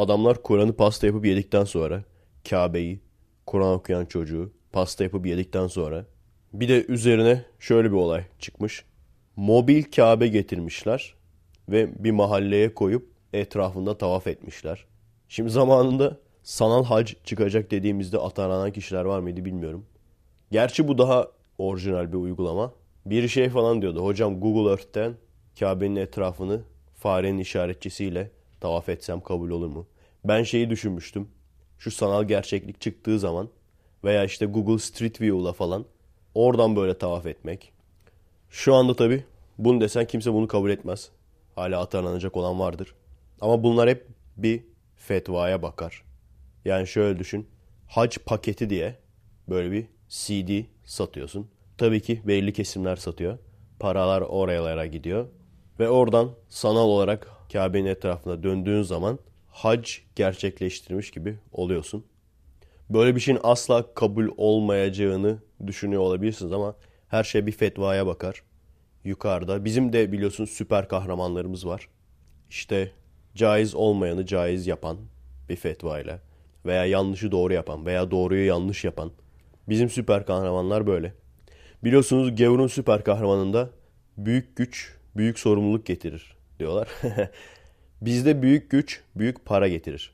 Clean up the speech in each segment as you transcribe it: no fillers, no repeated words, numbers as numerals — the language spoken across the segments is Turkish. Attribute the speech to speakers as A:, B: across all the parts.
A: Adamlar Kur'an'ı pasta yapıp yedikten sonra Kabe'yi, Kur'an okuyan çocuğu pasta yapıp yedikten sonra bir de üzerine şöyle bir olay çıkmış. Mobil Kabe getirmişler ve bir mahalleye koyup etrafında tavaf etmişler. Şimdi zamanında sanal hac çıkacak dediğimizde atalanan kişiler var mıydı bilmiyorum. Gerçi bu daha orijinal bir uygulama. Bir şey falan diyordu. Hocam Google Earth'ten Kabe'nin etrafını farenin işaretçisiyle tavaf etsem kabul olur mu? Ben şeyi düşünmüştüm. Şu sanal gerçeklik çıktığı zaman veya işte Google Street View'la falan oradan böyle tavaf etmek. Şu anda tabii bunu desen kimse bunu kabul etmez. Hala atanacak olan vardır. Ama bunlar hep bir fetvaya bakar. Yani şöyle düşün. Hac paketi diye böyle bir CD satıyorsun. Tabii ki belirli kesimler satıyor. Paralar oralara gidiyor. Ve oradan sanal olarak Kabe'nin etrafında döndüğün zaman hac gerçekleştirmiş gibi oluyorsun. Böyle bir şeyin asla kabul olmayacağını düşünüyor olabilirsiniz ama her şey bir fetvaya bakar. Yukarıda bizim de biliyorsunuz süper kahramanlarımız var. İşte caiz olmayanı caiz yapan bir fetvayla veya yanlışı doğru yapan veya doğruyu yanlış yapan bizim süper kahramanlar böyle. Biliyorsunuz gavurun süper kahramanında büyük güç büyük sorumluluk getirir diyorlar. Bizde büyük güç büyük para getirir.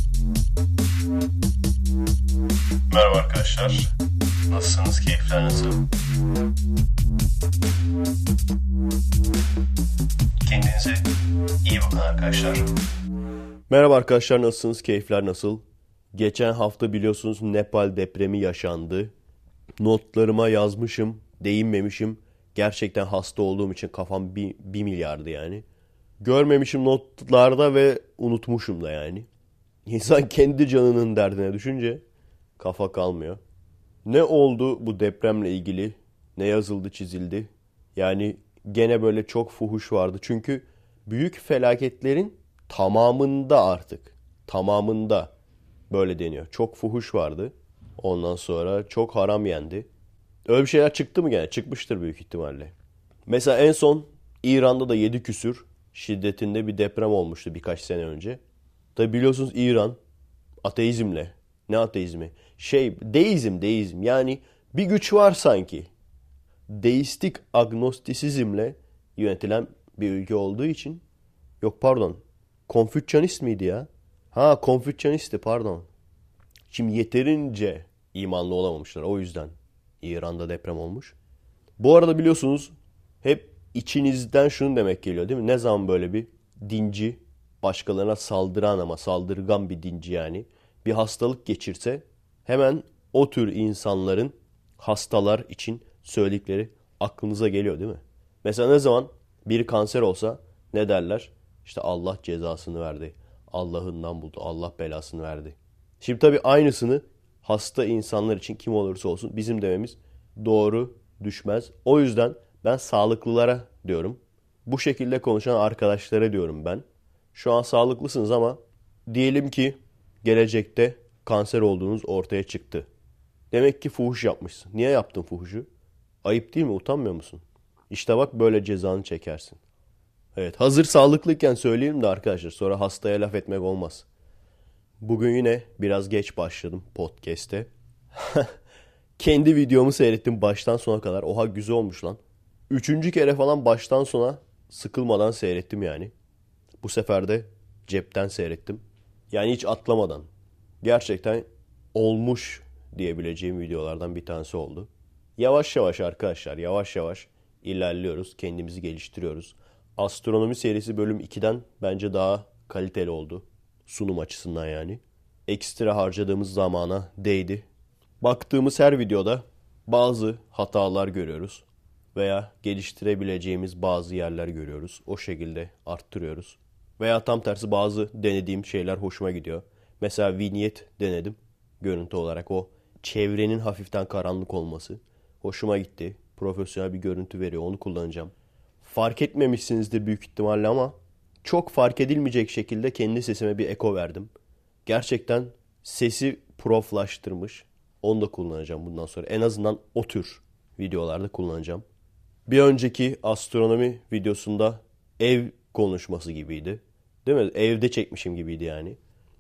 A: Merhaba arkadaşlar. Nasılsınız? Keyifler nasıl? Kendinize iyi bakın arkadaşlar. Merhaba arkadaşlar, nasılsınız? Keyifler nasıl? Geçen hafta biliyorsunuz Nepal depremi yaşandı. Notlarıma yazmışım, değinmemişim. Gerçekten hasta olduğum için kafam bir milyardı yani. Görmemişim notlarda ve unutmuşum da yani. İnsan kendi canının derdine düşünce kafa kalmıyor. Ne oldu bu depremle ilgili? Ne yazıldı, çizildi? Yani gene böyle çok fuhuş vardı. Çünkü büyük felaketlerin tamamında artık. Tamamında böyle deniyor. Çok fuhuş vardı. Ondan sonra çok haram yendi. Öyle bir şeyler çıktı mı gene? Çıkmıştır büyük ihtimalle. Mesela en son İran'da da 7 küsür şiddetinde bir deprem olmuştu birkaç sene önce. Tabi biliyorsunuz İran ateizmle. Ne ateizmi? Deizm. Yani bir güç var sanki. Deistik agnostisizmle yönetilen bir ülke olduğu için. Yok pardon. Konfüçyanist miydi ya? Ha, Konfüçyanisti, pardon. Şimdi yeterince imanlı olamamışlar. O yüzden İran'da deprem olmuş. Bu arada biliyorsunuz hep içinizden şunu demek geliyor değil mi? Ne zaman böyle bir dinci, başkalarına saldıran ama saldırgan bir dinci yani bir hastalık geçirse hemen o tür insanların hastalar için söyledikleri aklınıza geliyor değil mi? Mesela ne zaman bir kanser olsa ne derler? İşte Allah cezasını verdi. Allah'ından buldu. Allah belasını verdi. Şimdi tabii aynısını hasta insanlar için kim olursa olsun bizim dememiz doğru düşmez. O yüzden ben sağlıklılara diyorum. Bu şekilde konuşan arkadaşlara diyorum ben. Şu an sağlıklısınız ama diyelim ki gelecekte kanser olduğunuz ortaya çıktı. Demek ki fuhuş yapmışsın. Niye yaptın fuhuşu? Ayıp değil mi? Utanmıyor musun? İşte bak böyle cezanı çekersin. Evet, hazır sağlıklıyken söyleyeyim de arkadaşlar sonra hastaya laf etmek olmaz. Bugün yine biraz geç başladım podcast'e. Kendi videomu seyrettim baştan sona kadar. Oha, güzel olmuş lan. Üçüncü kere falan baştan sona sıkılmadan seyrettim yani. Bu sefer de cepten seyrettim. Yani hiç atlamadan. Gerçekten olmuş diyebileceğim videolardan bir tanesi oldu. Yavaş yavaş arkadaşlar, yavaş yavaş ilerliyoruz. Kendimizi geliştiriyoruz. Astronomi serisi bölüm 2'den bence daha kaliteli oldu. Sunum açısından yani. Ekstra harcadığımız zamana değdi. Baktığımız her videoda bazı hatalar görüyoruz. Veya geliştirebileceğimiz bazı yerler görüyoruz. O şekilde arttırıyoruz. Veya tam tersi bazı denediğim şeyler hoşuma gidiyor. Mesela vignette denedim. Görüntü olarak o çevrenin hafiften karanlık olması. Hoşuma gitti. Profesyonel bir görüntü veriyor. Onu kullanacağım. Fark etmemişsinizdir büyük ihtimalle ama çok fark edilmeyecek şekilde kendi sesime bir eko verdim. Gerçekten sesi proflaştırmış. Onu da kullanacağım bundan sonra. En azından o tür videolarda kullanacağım. Bir önceki astronomi videosunda ev konuşması gibiydi. Değil mi? Evde çekmişim gibiydi yani.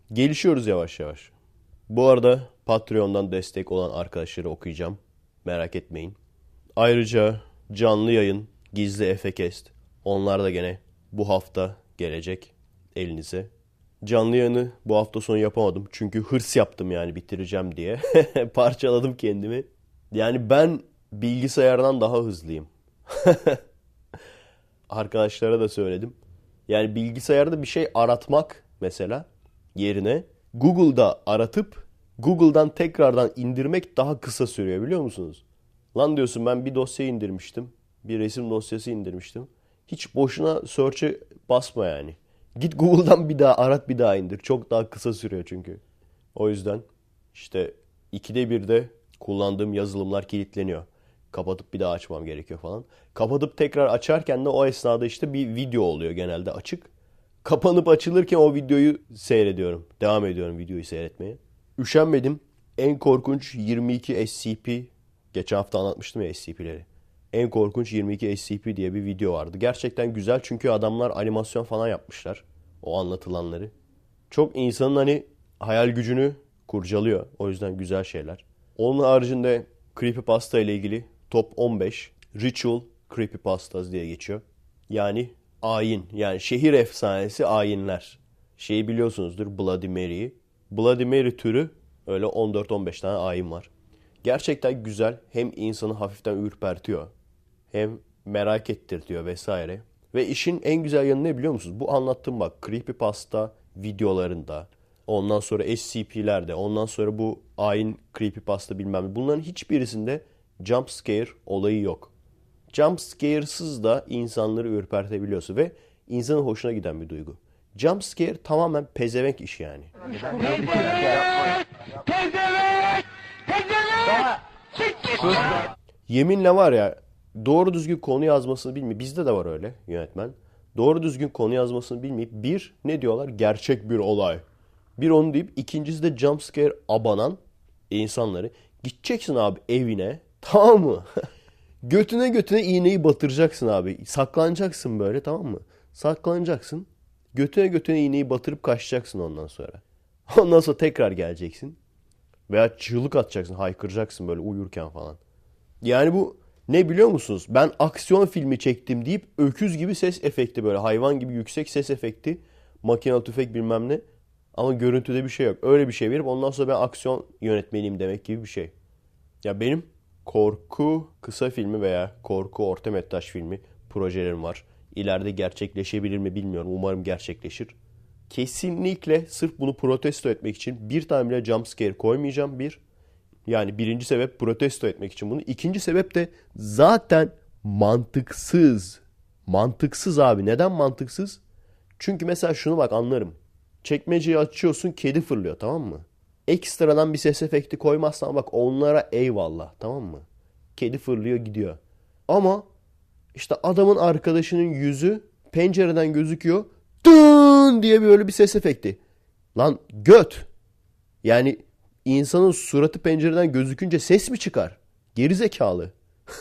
A: Gelişiyoruz yavaş yavaş. Bu arada Patreon'dan destek olan arkadaşları okuyacağım. Merak etmeyin. Ayrıca canlı yayın, gizli Efekest. Onlar da gene bu hafta gelecek elinize. Canlı yayını bu hafta sonu yapamadım. Çünkü hırs yaptım yani bitireceğim diye. Parçaladım kendimi. Yani ben bilgisayardan daha hızlıyım. Arkadaşlara da söyledim. Yani bilgisayarda bir şey aratmak mesela yerine Google'da aratıp Google'dan tekrardan indirmek daha kısa sürüyor biliyor musunuz? Lan diyorsun ben bir dosya indirmiştim. Bir resim dosyası indirmiştim. Hiç boşuna search'e basma yani. Git Google'dan bir daha arat bir daha indir. Çok daha kısa sürüyor çünkü. O yüzden işte 2'de 1'de kullandığım yazılımlar kilitleniyor. Kapatıp bir daha açmam gerekiyor falan. Kapatıp tekrar açarken de o esnada işte bir video oluyor genelde açık. Kapanıp açılırken o videoyu seyrediyorum. Devam ediyorum videoyu seyretmeye. Üşenmedim. En korkunç 22 SCP. Geçen hafta anlatmıştım ya SCP'leri. En korkunç 22 SCP diye bir video vardı. Gerçekten güzel çünkü adamlar animasyon falan yapmışlar. O anlatılanları. Çok insanın hani hayal gücünü kurcalıyor. O yüzden güzel şeyler. Onun haricinde Creepypasta ile ilgili Top 15 Ritual Creepypastas diye geçiyor. Yani ayin. Yani şehir efsanesi ayinler. Şeyi biliyorsunuzdur Bloody Mary'yi. Bloody Mary türü öyle 14-15 tane ayin var. Gerçekten güzel. Hem insanı hafiften ürpertiyor. Hem merak ettirtiyor vesaire. Ve işin en güzel yanı ne biliyor musunuz? Bu anlattığım bak Creepypasta videolarında, ondan sonra SCP'lerde, ondan sonra bu ayin Creepypasta bilmem ne. Bunların hiçbirisinde jump scare olayı yok. Jump scare'sız da insanları ürpertebiliyorsun ve insanın hoşuna giden bir duygu. Jump scare tamamen pezevenk işi yani. Yeminle var ya doğru düzgün konu yazmasını bilmiyor. Bizde de var öyle yönetmen. Doğru düzgün konu yazmasını bilmeyip bir ne diyorlar? Gerçek bir olay. Bir onu deyip ikincisi de jump scare abanan insanları. Gideceksin abi evine tamam mı? Götüne iğneyi batıracaksın abi. Saklanacaksın böyle tamam mı? Saklanacaksın. Götüne iğneyi batırıp kaçacaksın ondan sonra. Ondan sonra tekrar geleceksin. Veya çığlık atacaksın, haykıracaksın böyle uyurken falan. Yani bu ne biliyor musunuz? Ben aksiyon filmi çektim deyip öküz gibi ses efekti böyle hayvan gibi yüksek ses efekti. Makinalı tüfek bilmem ne. Ama görüntüde bir şey yok. Öyle bir şey verip ondan sonra ben aksiyon yönetmeniyim demek gibi bir şey. Ya benim korku kısa filmi veya korku orta metraj filmi projelerim var. İleride gerçekleşebilir mi bilmiyorum. Umarım gerçekleşir. Kesinlikle sırf bunu protesto etmek için bir tane bile jump scare koymayacağım bir. Yani birinci sebep protesto etmek için bunu. İkinci sebep de zaten mantıksız. Mantıksız abi. Neden mantıksız? Çünkü mesela şunu bak anlarım. Çekmeceyi açıyorsun kedi fırlıyor tamam mı? Ekstradan bir ses efekti koymazsan bak onlara eyvallah tamam mı? Kedi fırlıyor gidiyor. Ama işte adamın arkadaşının yüzü pencereden gözüküyor. Dın diye böyle bir ses efekti. Lan göt. Yani insanın suratı pencereden gözükünce ses mi çıkar? Geri zekalı.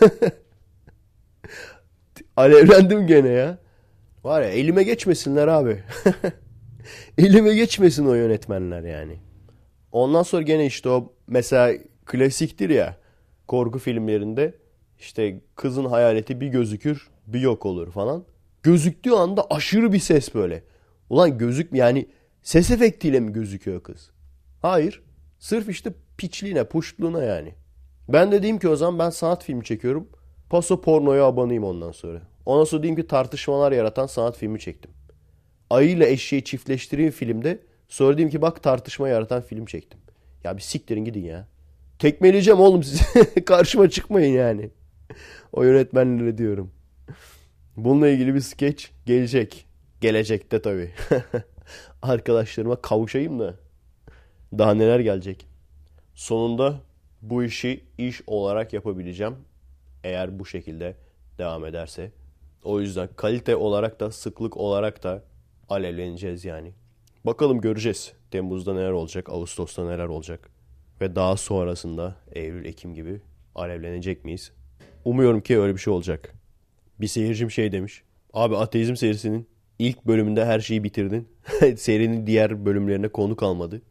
A: Alevlendim gene ya. Var ya elime geçmesinler abi. Elime geçmesin o yönetmenler yani. Ondan sonra gene işte o mesela klasiktir ya korku filmlerinde işte kızın hayaleti bir gözükür bir yok olur falan. Gözüktüğü anda aşırı bir ses böyle. Ulan yani ses efektiyle mi gözüküyor kız? Hayır. Sırf işte piçliğine, puştluğuna yani. Ben de diyeyim ki o zaman ben sanat filmi çekiyorum. Paso pornoya abanayım ondan sonra. Ondan sonra diyeyim ki tartışmalar yaratan sanat filmi çektim. Ayı ile eşeği çiftleştireyim filmde. Sonra diyeyim ki bak tartışma yaratan film çektim. Ya bir siktirin gidin ya. Tekmeleyeceğim oğlum sizi. Karşıma çıkmayın yani. O yönetmenlere diyorum. Bununla ilgili bir skeç gelecek. Gelecekte tabii. Arkadaşlarıma kavuşayım da. Daha neler gelecek. Sonunda bu işi iş olarak yapabileceğim. Eğer bu şekilde devam ederse. O yüzden kalite olarak da sıklık olarak da alevleneceğiz yani. Bakalım göreceğiz. Temmuz'da neler olacak, Ağustos'ta neler olacak. Ve daha sonrasında Eylül, Ekim gibi alevlenecek miyiz? Umuyorum ki öyle bir şey olacak. Bir seyircim şey demiş. Abi ateizm serisinin İlk bölümünde her şeyi bitirdin. Serinin diğer bölümlerine konu kalmadı.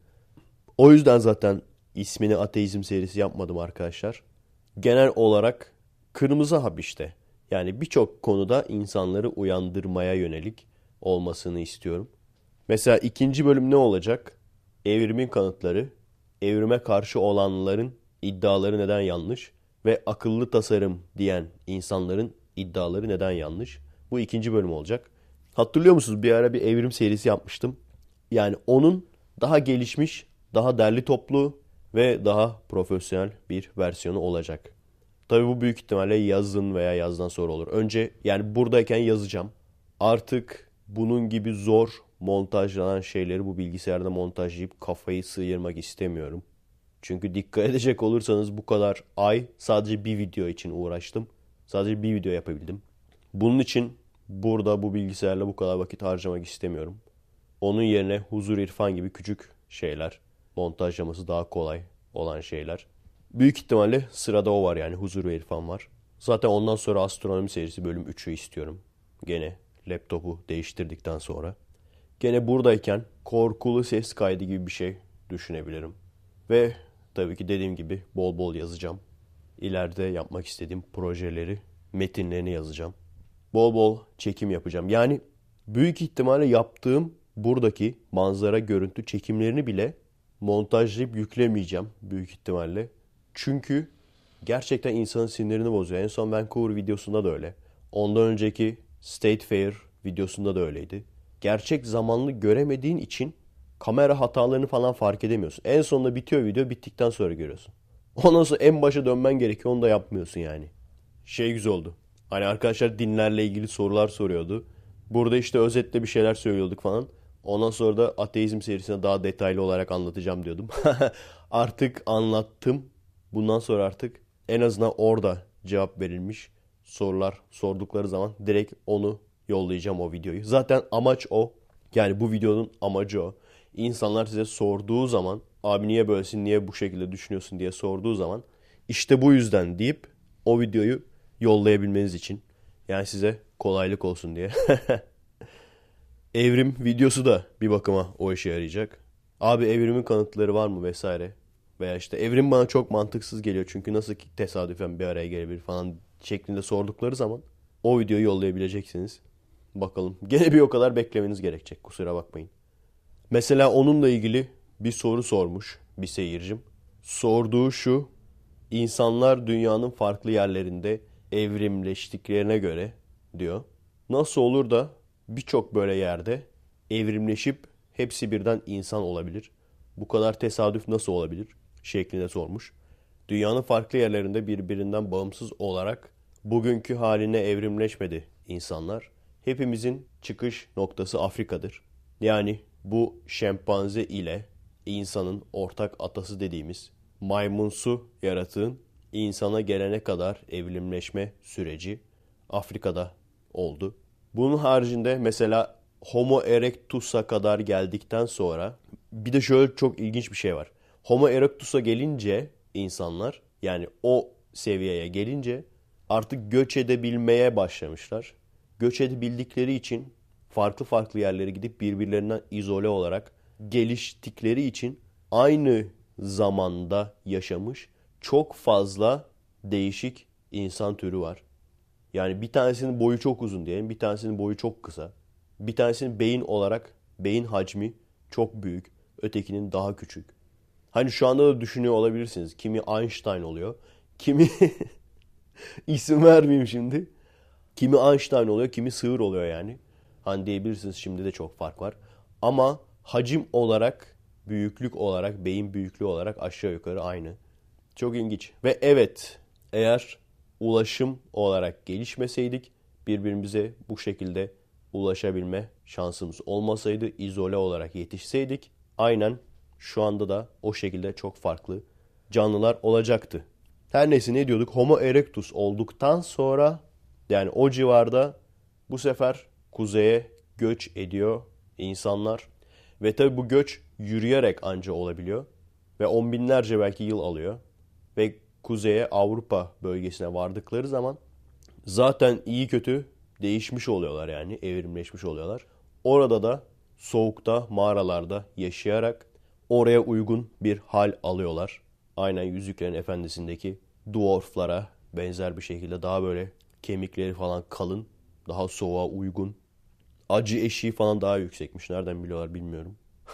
A: O yüzden zaten ismini ateizm serisi yapmadım arkadaşlar. Genel olarak kırmızı hap işte. Yani birçok konuda insanları uyandırmaya yönelik olmasını istiyorum. Mesela ikinci bölüm ne olacak? Evrimin kanıtları, evrime karşı olanların iddiaları neden yanlış ve akıllı tasarım diyen insanların iddiaları neden yanlış? Bu ikinci bölüm olacak. Hatırlıyor musunuz? Bir ara bir evrim serisi yapmıştım. Yani onun daha gelişmiş, daha derli toplu ve daha profesyonel bir versiyonu olacak. Tabii bu büyük ihtimalle yazın veya yazdan sonra olur. Önce yani buradayken yazacağım. Artık bunun gibi zor montajlanan şeyleri bu bilgisayarda montajlayıp kafayı sıyırmak istemiyorum. Çünkü dikkat edecek olursanız bu kadar ay sadece bir video için uğraştım. Sadece bir video yapabildim. Bunun için burada bu bilgisayarla bu kadar vakit harcamak istemiyorum. Onun yerine huzur irfan gibi küçük şeyler, montajlaması daha kolay olan şeyler. Büyük ihtimalle sırada o var yani huzur ve irfan var. Zaten ondan sonra astronomi serisi bölüm 3'ü istiyorum. Gene laptopu değiştirdikten sonra. Gene buradayken korkulu ses kaydı gibi bir şey düşünebilirim. Ve tabii ki dediğim gibi bol bol yazacağım. İleride yapmak istediğim projeleri, metinlerini yazacağım. Bol bol çekim yapacağım. Yani büyük ihtimalle yaptığım buradaki manzara görüntü çekimlerini bile montajlayıp yüklemeyeceğim büyük ihtimalle. Çünkü gerçekten insanın sinirini bozuyor. En son Vancouver videosunda da öyle. Ondan önceki State Fair videosunda da öyleydi. Gerçek zamanlı göremediğin için kamera hatalarını falan fark edemiyorsun. En sonunda bitiyor video, bittikten sonra görüyorsun. Ondan sonra en başa dönmen gerekiyor, onu da yapmıyorsun yani. Şey güzel oldu. Hani arkadaşlar dinlerle ilgili sorular soruyordu. Burada işte özetle bir şeyler söylüyorduk falan. Ondan sonra da ateizm serisine daha detaylı olarak anlatacağım diyordum. Artık anlattım. Bundan sonra artık en azından orada cevap verilmiş sorular sordukları zaman direkt onu yollayacağım o videoyu. Zaten amaç o. Yani bu videonun amacı o. İnsanlar size sorduğu zaman abi niye böylesin, niye bu şekilde düşünüyorsun diye sorduğu zaman işte bu yüzden deyip o videoyu yollayabilmeniz için. Yani size kolaylık olsun diye. Evrim videosu da bir bakıma o işe yarayacak. Abi evrimin kanıtları var mı vesaire. Veya işte evrim bana çok mantıksız geliyor. Çünkü nasıl ki tesadüfen bir araya gelebilir falan şeklinde sordukları zaman o videoyu yollayabileceksiniz. Bakalım. Gene bir o kadar beklemeniz gerekecek. Kusura bakmayın. Mesela onunla ilgili bir soru sormuş bir seyircim. Sorduğu şu: İnsanlar dünyanın farklı yerlerinde evrimleştiklerine göre diyor. Nasıl olur da birçok böyle yerde evrimleşip hepsi birden insan olabilir? Bu kadar tesadüf nasıl olabilir? Şeklinde sormuş. Dünyanın farklı yerlerinde birbirinden bağımsız olarak bugünkü haline evrimleşmedi insanlar. Hepimizin çıkış noktası Afrika'dır. Yani bu şempanze ile insanın ortak atası dediğimiz maymunsu yaratığın insana gelene kadar evrimleşme süreci Afrika'da oldu. Bunun haricinde mesela Homo erectus'a kadar geldikten sonra bir de şöyle çok ilginç bir şey var. Homo erectus'a gelince insanlar yani o seviyeye gelince artık göç edebilmeye başlamışlar. Göç edebildikleri için farklı farklı yerlere gidip birbirlerinden izole olarak geliştikleri için aynı zamanda yaşamış çok fazla değişik insan türü var. Yani bir tanesinin boyu çok uzun diyelim, bir tanesinin boyu çok kısa. Bir tanesinin beyin olarak beyin hacmi çok büyük, ötekinin daha küçük. Hani şu anda da düşünüyor olabilirsiniz. Kimi Einstein oluyor, kimi isim vermeyeyim şimdi. Kimi Einstein oluyor, kimi sığır oluyor yani. Hani diyebilirsiniz şimdi de çok fark var. Ama hacim olarak, büyüklük olarak, beyin büyüklüğü olarak aşağı yukarı aynı. Çok ilginç. Ve evet, eğer ulaşım olarak gelişmeseydik, birbirimize bu şekilde ulaşabilme şansımız olmasaydı, izole olarak yetişseydik, aynen şu anda da o şekilde çok farklı canlılar olacaktı. Her neyse ne diyorduk? Homo erectus olduktan sonra yani o civarda bu sefer kuzeye göç ediyor insanlar. Ve tabi bu göç yürüyerek anca olabiliyor. Ve on binlerce belki yıl alıyor. Ve kuzeye Avrupa bölgesine vardıkları zaman zaten iyi kötü değişmiş oluyorlar yani evrimleşmiş oluyorlar. Orada da soğukta, mağaralarda yaşayarak oraya uygun bir hal alıyorlar. Aynen Yüzüklerin Efendisi'ndeki dwarflara benzer bir şekilde daha böyle kemikleri falan kalın, daha soğuğa uygun. Acı eşiği falan daha yüksekmiş. Nereden biliyorlar bilmiyorum.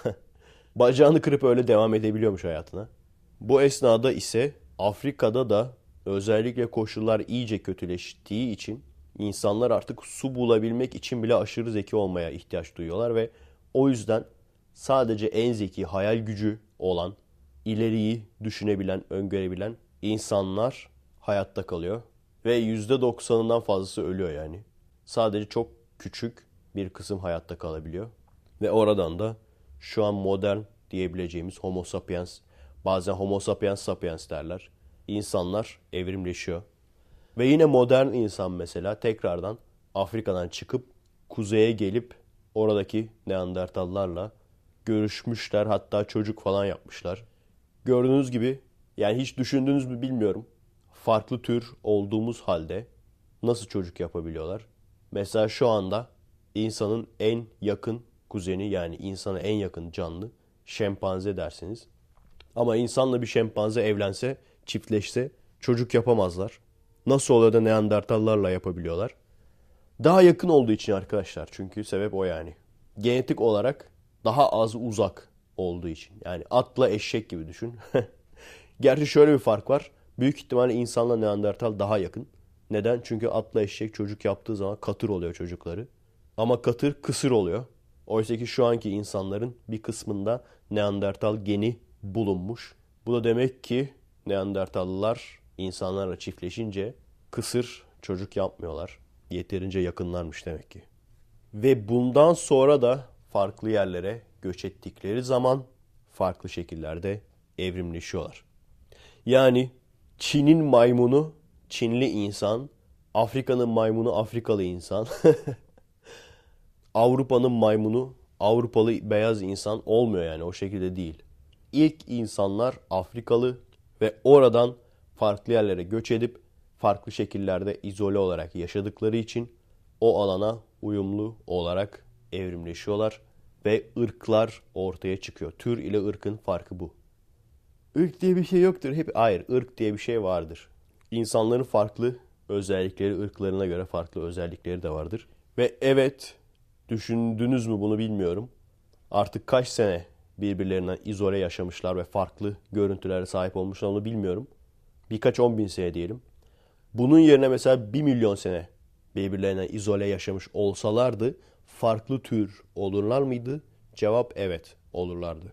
A: Bacağını kırıp öyle devam edebiliyormuş hayatına. Bu esnada ise Afrika'da da özellikle koşullar iyice kötüleştiği için insanlar artık su bulabilmek için bile aşırı zeki olmaya ihtiyaç duyuyorlar ve o yüzden sadece en zeki, hayal gücü olan, ileriyi düşünebilen, öngörebilen insanlar hayatta kalıyor ve %90'ından fazlası ölüyor yani. Sadece çok küçük bir kısım hayatta kalabiliyor ve oradan da şu an modern diyebileceğimiz Homo sapiens, bazen Homo sapiens sapiens derler. İnsanlar evrimleşiyor. Ve yine modern insan mesela tekrardan Afrika'dan çıkıp kuzeye gelip oradaki Neandertallarla görüşmüşler. Hatta çocuk falan yapmışlar. Gördüğünüz gibi yani hiç düşündünüz mü bilmiyorum. Farklı tür olduğumuz halde nasıl çocuk yapabiliyorlar? Mesela şu anda insanın en yakın kuzeni yani insana en yakın canlı şempanze derseniz. Ama insanla bir şempanze evlense, çiftleşse çocuk yapamazlar. Nasıl oluyor da Neandertallarla yapabiliyorlar? Daha yakın olduğu için arkadaşlar. Çünkü sebep o yani. Genetik olarak daha az uzak olduğu için. Yani atla eşek gibi düşün. Gerçi şöyle bir fark var. Büyük ihtimalle insanla Neandertal daha yakın. Neden? Çünkü atla eşek çocuk yaptığı zaman katır oluyor çocukları. Ama katır kısır oluyor. Oysa ki şu anki insanların bir kısmında Neandertal geni bulunmuş. Bu da demek ki Neandertallılar insanlarla çiftleşince kısır çocuk yapmıyorlar. Yeterince yakınlarmış demek ki. Ve bundan sonra da farklı yerlere göç ettikleri zaman farklı şekillerde evrimleşiyorlar. Yani Çin'in maymunu Çinli insan, Afrika'nın maymunu Afrikalı insan, Avrupa'nın maymunu Avrupalı beyaz insan olmuyor yani o şekilde değil. İlk insanlar Afrikalı ve oradan farklı yerlere göç edip farklı şekillerde izole olarak yaşadıkları için o alana uyumlu olarak evrimleşiyorlar ve ırklar ortaya çıkıyor. Tür ile ırkın farkı bu. Irk diye bir şey yoktur. Hayır, ırk diye bir şey vardır. İnsanların farklı özellikleri, ırklarına göre farklı özellikleri de vardır. Ve evet, düşündünüz mü bunu bilmiyorum. Artık kaç sene birbirlerinden izole yaşamışlar ve farklı görüntülere sahip olmuşlar onu bilmiyorum. Birkaç 10 bin sene diyelim. Bunun yerine mesela 1 milyon sene birbirlerinden izole yaşamış olsalardı farklı tür olurlar mıydı? Cevap evet olurlardı.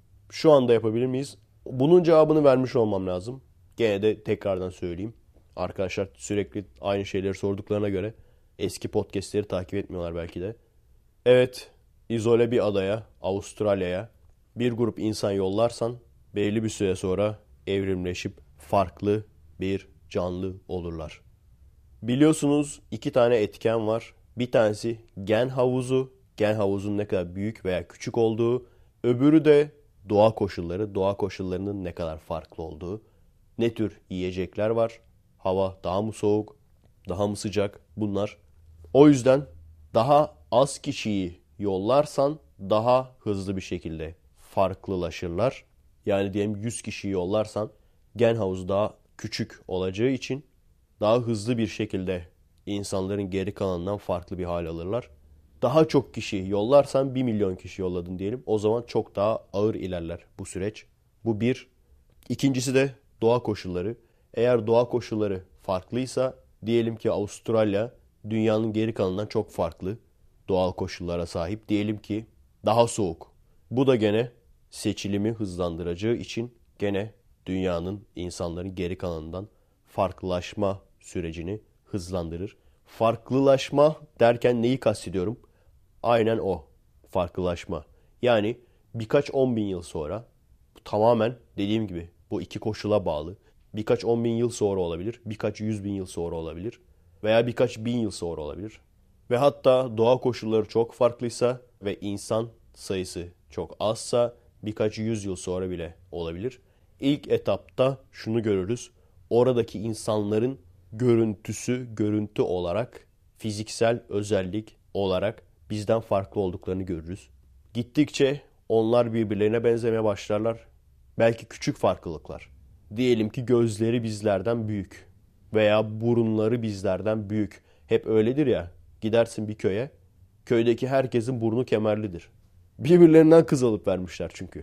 A: Şu anda yapabilir miyiz? Bunun cevabını vermiş olmam lazım. Gene de tekrardan söyleyeyim. Arkadaşlar sürekli aynı şeyleri sorduklarına göre eski podcastleri takip etmiyorlar belki de. Evet, izole bir adaya, Avustralya'ya bir grup insan yollarsan belli bir süre sonra evrimleşip farklı bir canlı olurlar. Biliyorsunuz 2 tane etken var. Bir tanesi gen havuzu, gen havuzun ne kadar büyük veya küçük olduğu. Öbürü de doğa koşulları, doğa koşullarının ne kadar farklı olduğu. Ne tür yiyecekler var? Hava daha mı soğuk, daha mı sıcak? Bunlar. O yüzden daha az kişiyi yollarsan daha hızlı bir şekilde farklılaşırlar. Yani diyelim 100 kişiyi yollarsan gen havuzu daha küçük olacağı için daha hızlı bir şekilde insanların geri kalanından farklı bir hal alırlar. Daha çok kişi yollarsan 1 milyon kişi yolladın diyelim. O zaman çok daha ağır ilerler bu süreç. Bu bir. İkincisi de doğa koşulları. Eğer doğa koşulları farklıysa diyelim ki Avustralya dünyanın geri kalanından çok farklı doğal koşullara sahip. Diyelim ki daha soğuk. Bu da gene seçilimi hızlandıracağı için gene dünyanın insanların geri kalanından farklılaşma sürecini hızlandırır. Farklılaşma derken neyi kastediyorum? Aynen o. Farklılaşma. Yani birkaç 10 bin yıl sonra tamamen dediğim gibi bu iki koşula bağlı. Birkaç 10 bin yıl sonra olabilir. Birkaç 100 bin yıl sonra olabilir. Veya birkaç bin yıl sonra olabilir. Ve hatta doğa koşulları çok farklıysa ve insan sayısı çok azsa birkaç 100 yıl sonra bile olabilir. İlk etapta şunu görürüz. Oradaki insanların görüntüsü, görüntü olarak, fiziksel özellik olarak bizden farklı olduklarını görürüz. Gittikçe onlar birbirlerine benzemeye başlarlar. Belki küçük farklılıklar. Diyelim ki gözleri bizlerden büyük veya burunları bizlerden büyük. Hep öyledir ya. Gidersin bir köye. Köydeki herkesin burnu kemerlidir. Birbirlerinden kız alıp vermişler çünkü.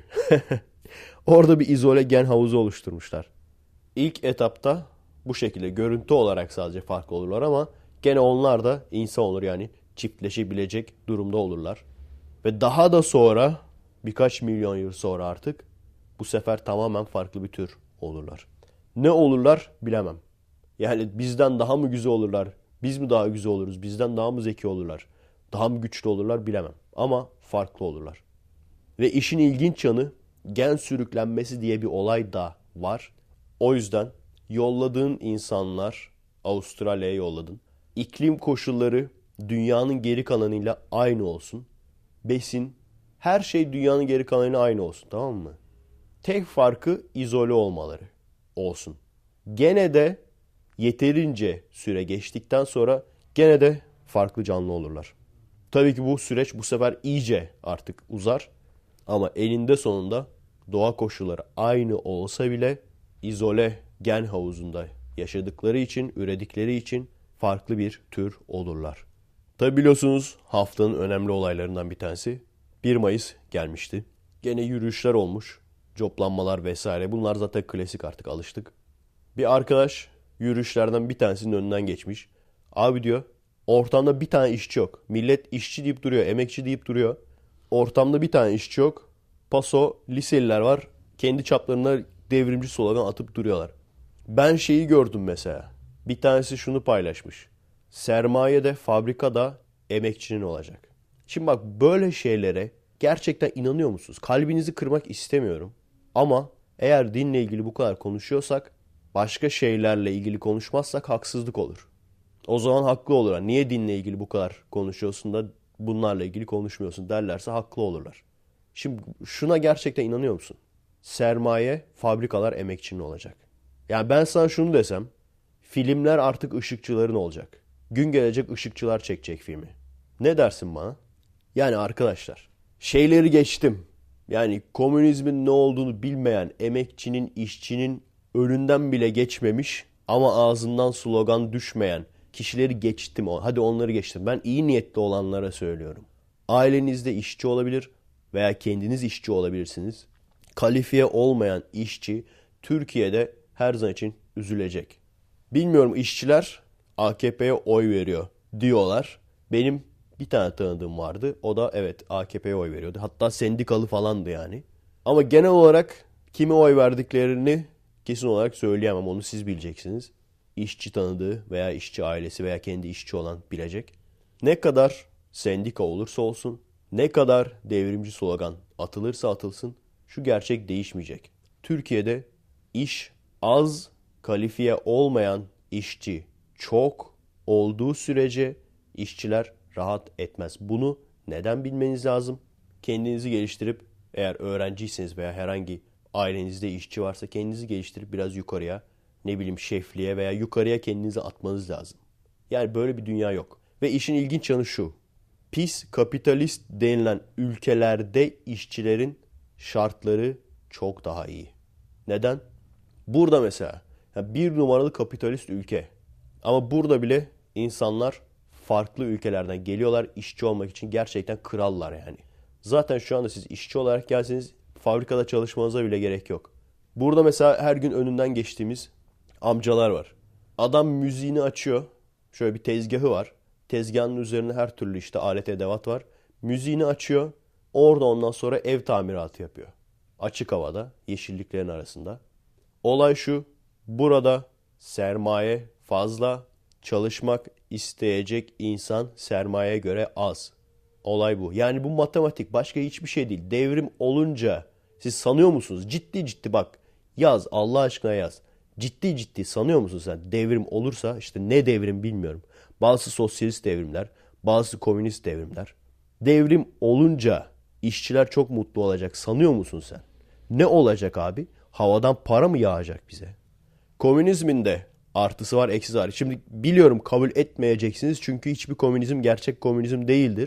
A: Orada bir izole gen havuzu oluşturmuşlar. İlk etapta bu şekilde görüntü olarak sadece farklı olurlar ama gene onlar da insan olur, yani çiftleşebilecek durumda olurlar. Ve daha da sonra birkaç milyon yıl sonra artık bu sefer tamamen farklı bir tür olurlar. Ne olurlar bilemem. Yani bizden daha mı güzel olurlar? Biz mi daha güzel oluruz? Bizden daha mı zeki olurlar? Daha mı güçlü olurlar bilemem. Ama farklı olurlar. Ve işin ilginç yanı, gen sürüklenmesi diye bir olay da var. O yüzden yolladığın insanlar, Avustralya'ya yolladın. İklim koşulları dünyanın geri kalanıyla aynı olsun. Besin, her şey dünyanın geri kalanıyla aynı olsun, tamam mı? Tek farkı izole olmaları olsun. Gene de yeterince süre geçtikten sonra gene de farklı canlı olurlar. Tabii ki bu süreç bu sefer iyice artık uzar. Ama eninde sonunda doğa koşulları aynı olsa bile izole gen havuzunda yaşadıkları için, üredikleri için farklı bir tür olurlar. Tabi biliyorsunuz haftanın önemli olaylarından bir tanesi 1 Mayıs gelmişti. Gene yürüyüşler olmuş, coplanmalar vesaire. Bunlar zaten klasik, artık alıştık. Bir arkadaş yürüyüşlerden bir tanesinin önünden geçmiş. Abi diyor, ortamda bir tane işçi yok. Millet işçi deyip duruyor, emekçi deyip duruyor. Ortamda bir tane işçi yok. Paso liseliler var. Kendi çaplarına devrimci slogan atıp duruyorlar. Ben şeyi gördüm mesela. Bir tanesi şunu paylaşmış. Sermaye de fabrikada emekçinin olacak. Şimdi bak, böyle şeylere gerçekten inanıyor musunuz? Kalbinizi kırmak istemiyorum. Ama eğer dinle ilgili bu kadar konuşuyorsak, başka şeylerle ilgili konuşmazsak haksızlık olur. O zaman haklı olurlar. Niye dinle ilgili bu kadar konuşuyorsun da bunlarla ilgili konuşmuyorsun derlerse haklı olurlar. Şimdi şuna gerçekten inanıyor musun? Sermaye, fabrikalar emekçinin olacak. Yani ben sana şunu desem, filmler artık ışıkçıların olacak. Gün gelecek ışıkçılar çekecek filmi. Ne dersin bana? Yani arkadaşlar, şeyleri geçtim. Yani komünizmin ne olduğunu bilmeyen emekçinin, işçinin önünden bile geçmemiş ama ağzından slogan düşmeyen kişileri geçtim. Hadi onları geçtim. Ben iyi niyetli olanlara söylüyorum. Ailenizde işçi olabilir veya kendiniz işçi olabilirsiniz. Kalifiye olmayan işçi Türkiye'de her zaman için üzülecek. Bilmiyorum, işçiler AKP'ye oy veriyor diyorlar. Benim bir tane tanıdığım vardı. O da evet AKP'ye oy veriyordu. Hatta sendikalı falandı yani. Ama genel olarak kime oy verdiklerini kesin olarak söyleyemem. Onu siz bileceksiniz. İşçi tanıdığı veya işçi ailesi veya kendi işçi olan bilecek. Ne kadar sendika olursa olsun, ne kadar devrimci slogan atılırsa atılsın, şu gerçek değişmeyecek. Türkiye'de iş az, kalifiye olmayan işçi çok olduğu sürece işçiler rahat etmez. Bunu neden bilmeniz lazım? Kendinizi geliştirip, eğer öğrenciyseniz veya herhangi ailenizde işçi varsa kendinizi geliştirip biraz yukarıya, ne bileyim şefliğe veya yukarıya kendinizi atmanız lazım. Yani böyle bir dünya yok. Ve işin ilginç yanı şu. Pis kapitalist denilen ülkelerde işçilerin şartları çok daha iyi. Neden? Burada mesela bir numaralı kapitalist ülke. Ama burada bile insanlar farklı ülkelerden geliyorlar işçi olmak için, gerçekten krallar yani. Zaten şu anda siz işçi olarak gelseniz fabrikada çalışmanıza bile gerek yok. Burada mesela her gün önünden geçtiğimiz amcalar var. Adam müziğini açıyor. Şöyle bir tezgahı var. Tezgahın üzerine her türlü işte alet edevat var. Müziğini açıyor. Orada ondan sonra ev tamiratı yapıyor. Açık havada, yeşilliklerin arasında. Olay şu. Burada sermaye fazla, çalışmak isteyecek insan sermayeye göre az. Olay bu. Yani bu matematik, başka hiçbir şey değil. Devrim olunca siz sanıyor musunuz? Ciddi ciddi bak. Yaz, Allah aşkına yaz. Ciddi ciddi sanıyor musun sen? Devrim olursa, işte ne devrim bilmiyorum. Bazı sosyalist devrimler, bazı komünist devrimler. Devrim olunca işçiler çok mutlu olacak sanıyor musun sen? Ne olacak abi? Havadan para mı yağacak bize? Komünizmin de artısı var, eksisi var. Şimdi biliyorum kabul etmeyeceksiniz çünkü hiçbir komünizm gerçek komünizm değildir.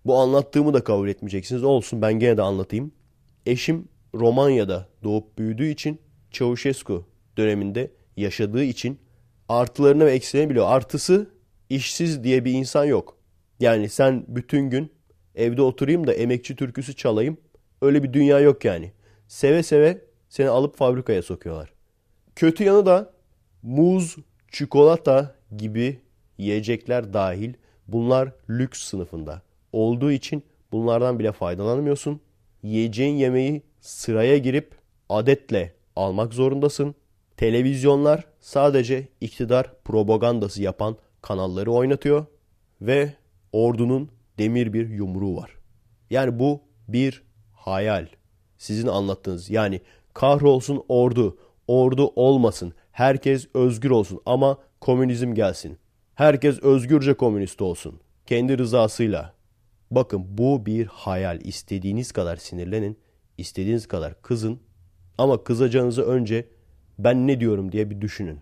A: Bu anlattığımı da kabul etmeyeceksiniz. Olsun, ben gene de anlatayım. Eşim Romanya'da doğup büyüdüğü için, Ceausescu döneminde yaşadığı için artılarını ve eksilerini biliyor. Artısı, işsiz diye bir insan yok. Yani sen bütün gün evde oturayım da emekçi türküsü çalayım. Öyle bir dünya yok yani. Seve seve seni alıp fabrikaya sokuyorlar. Kötü yanı da muz, çikolata gibi yiyecekler dahil bunlar lüks sınıfında olduğu için bunlardan bile faydalanamıyorsun. Yiyeceğin yemeği sıraya girip adetle almak zorundasın. Televizyonlar sadece iktidar propagandası yapan kanalları oynatıyor ve ordunun demir bir yumruğu var. Yani bu bir hayal. Sizin anlattığınız, yani kahrolsun ordu, ordu olmasın, herkes özgür olsun ama komünizm gelsin. Herkes özgürce komünist olsun. Kendi rızasıyla. Bakın, bu bir hayal. İstediğiniz kadar sinirlenin, istediğiniz kadar kızın ama kızacağınızı önce ben ne diyorum diye bir düşünün.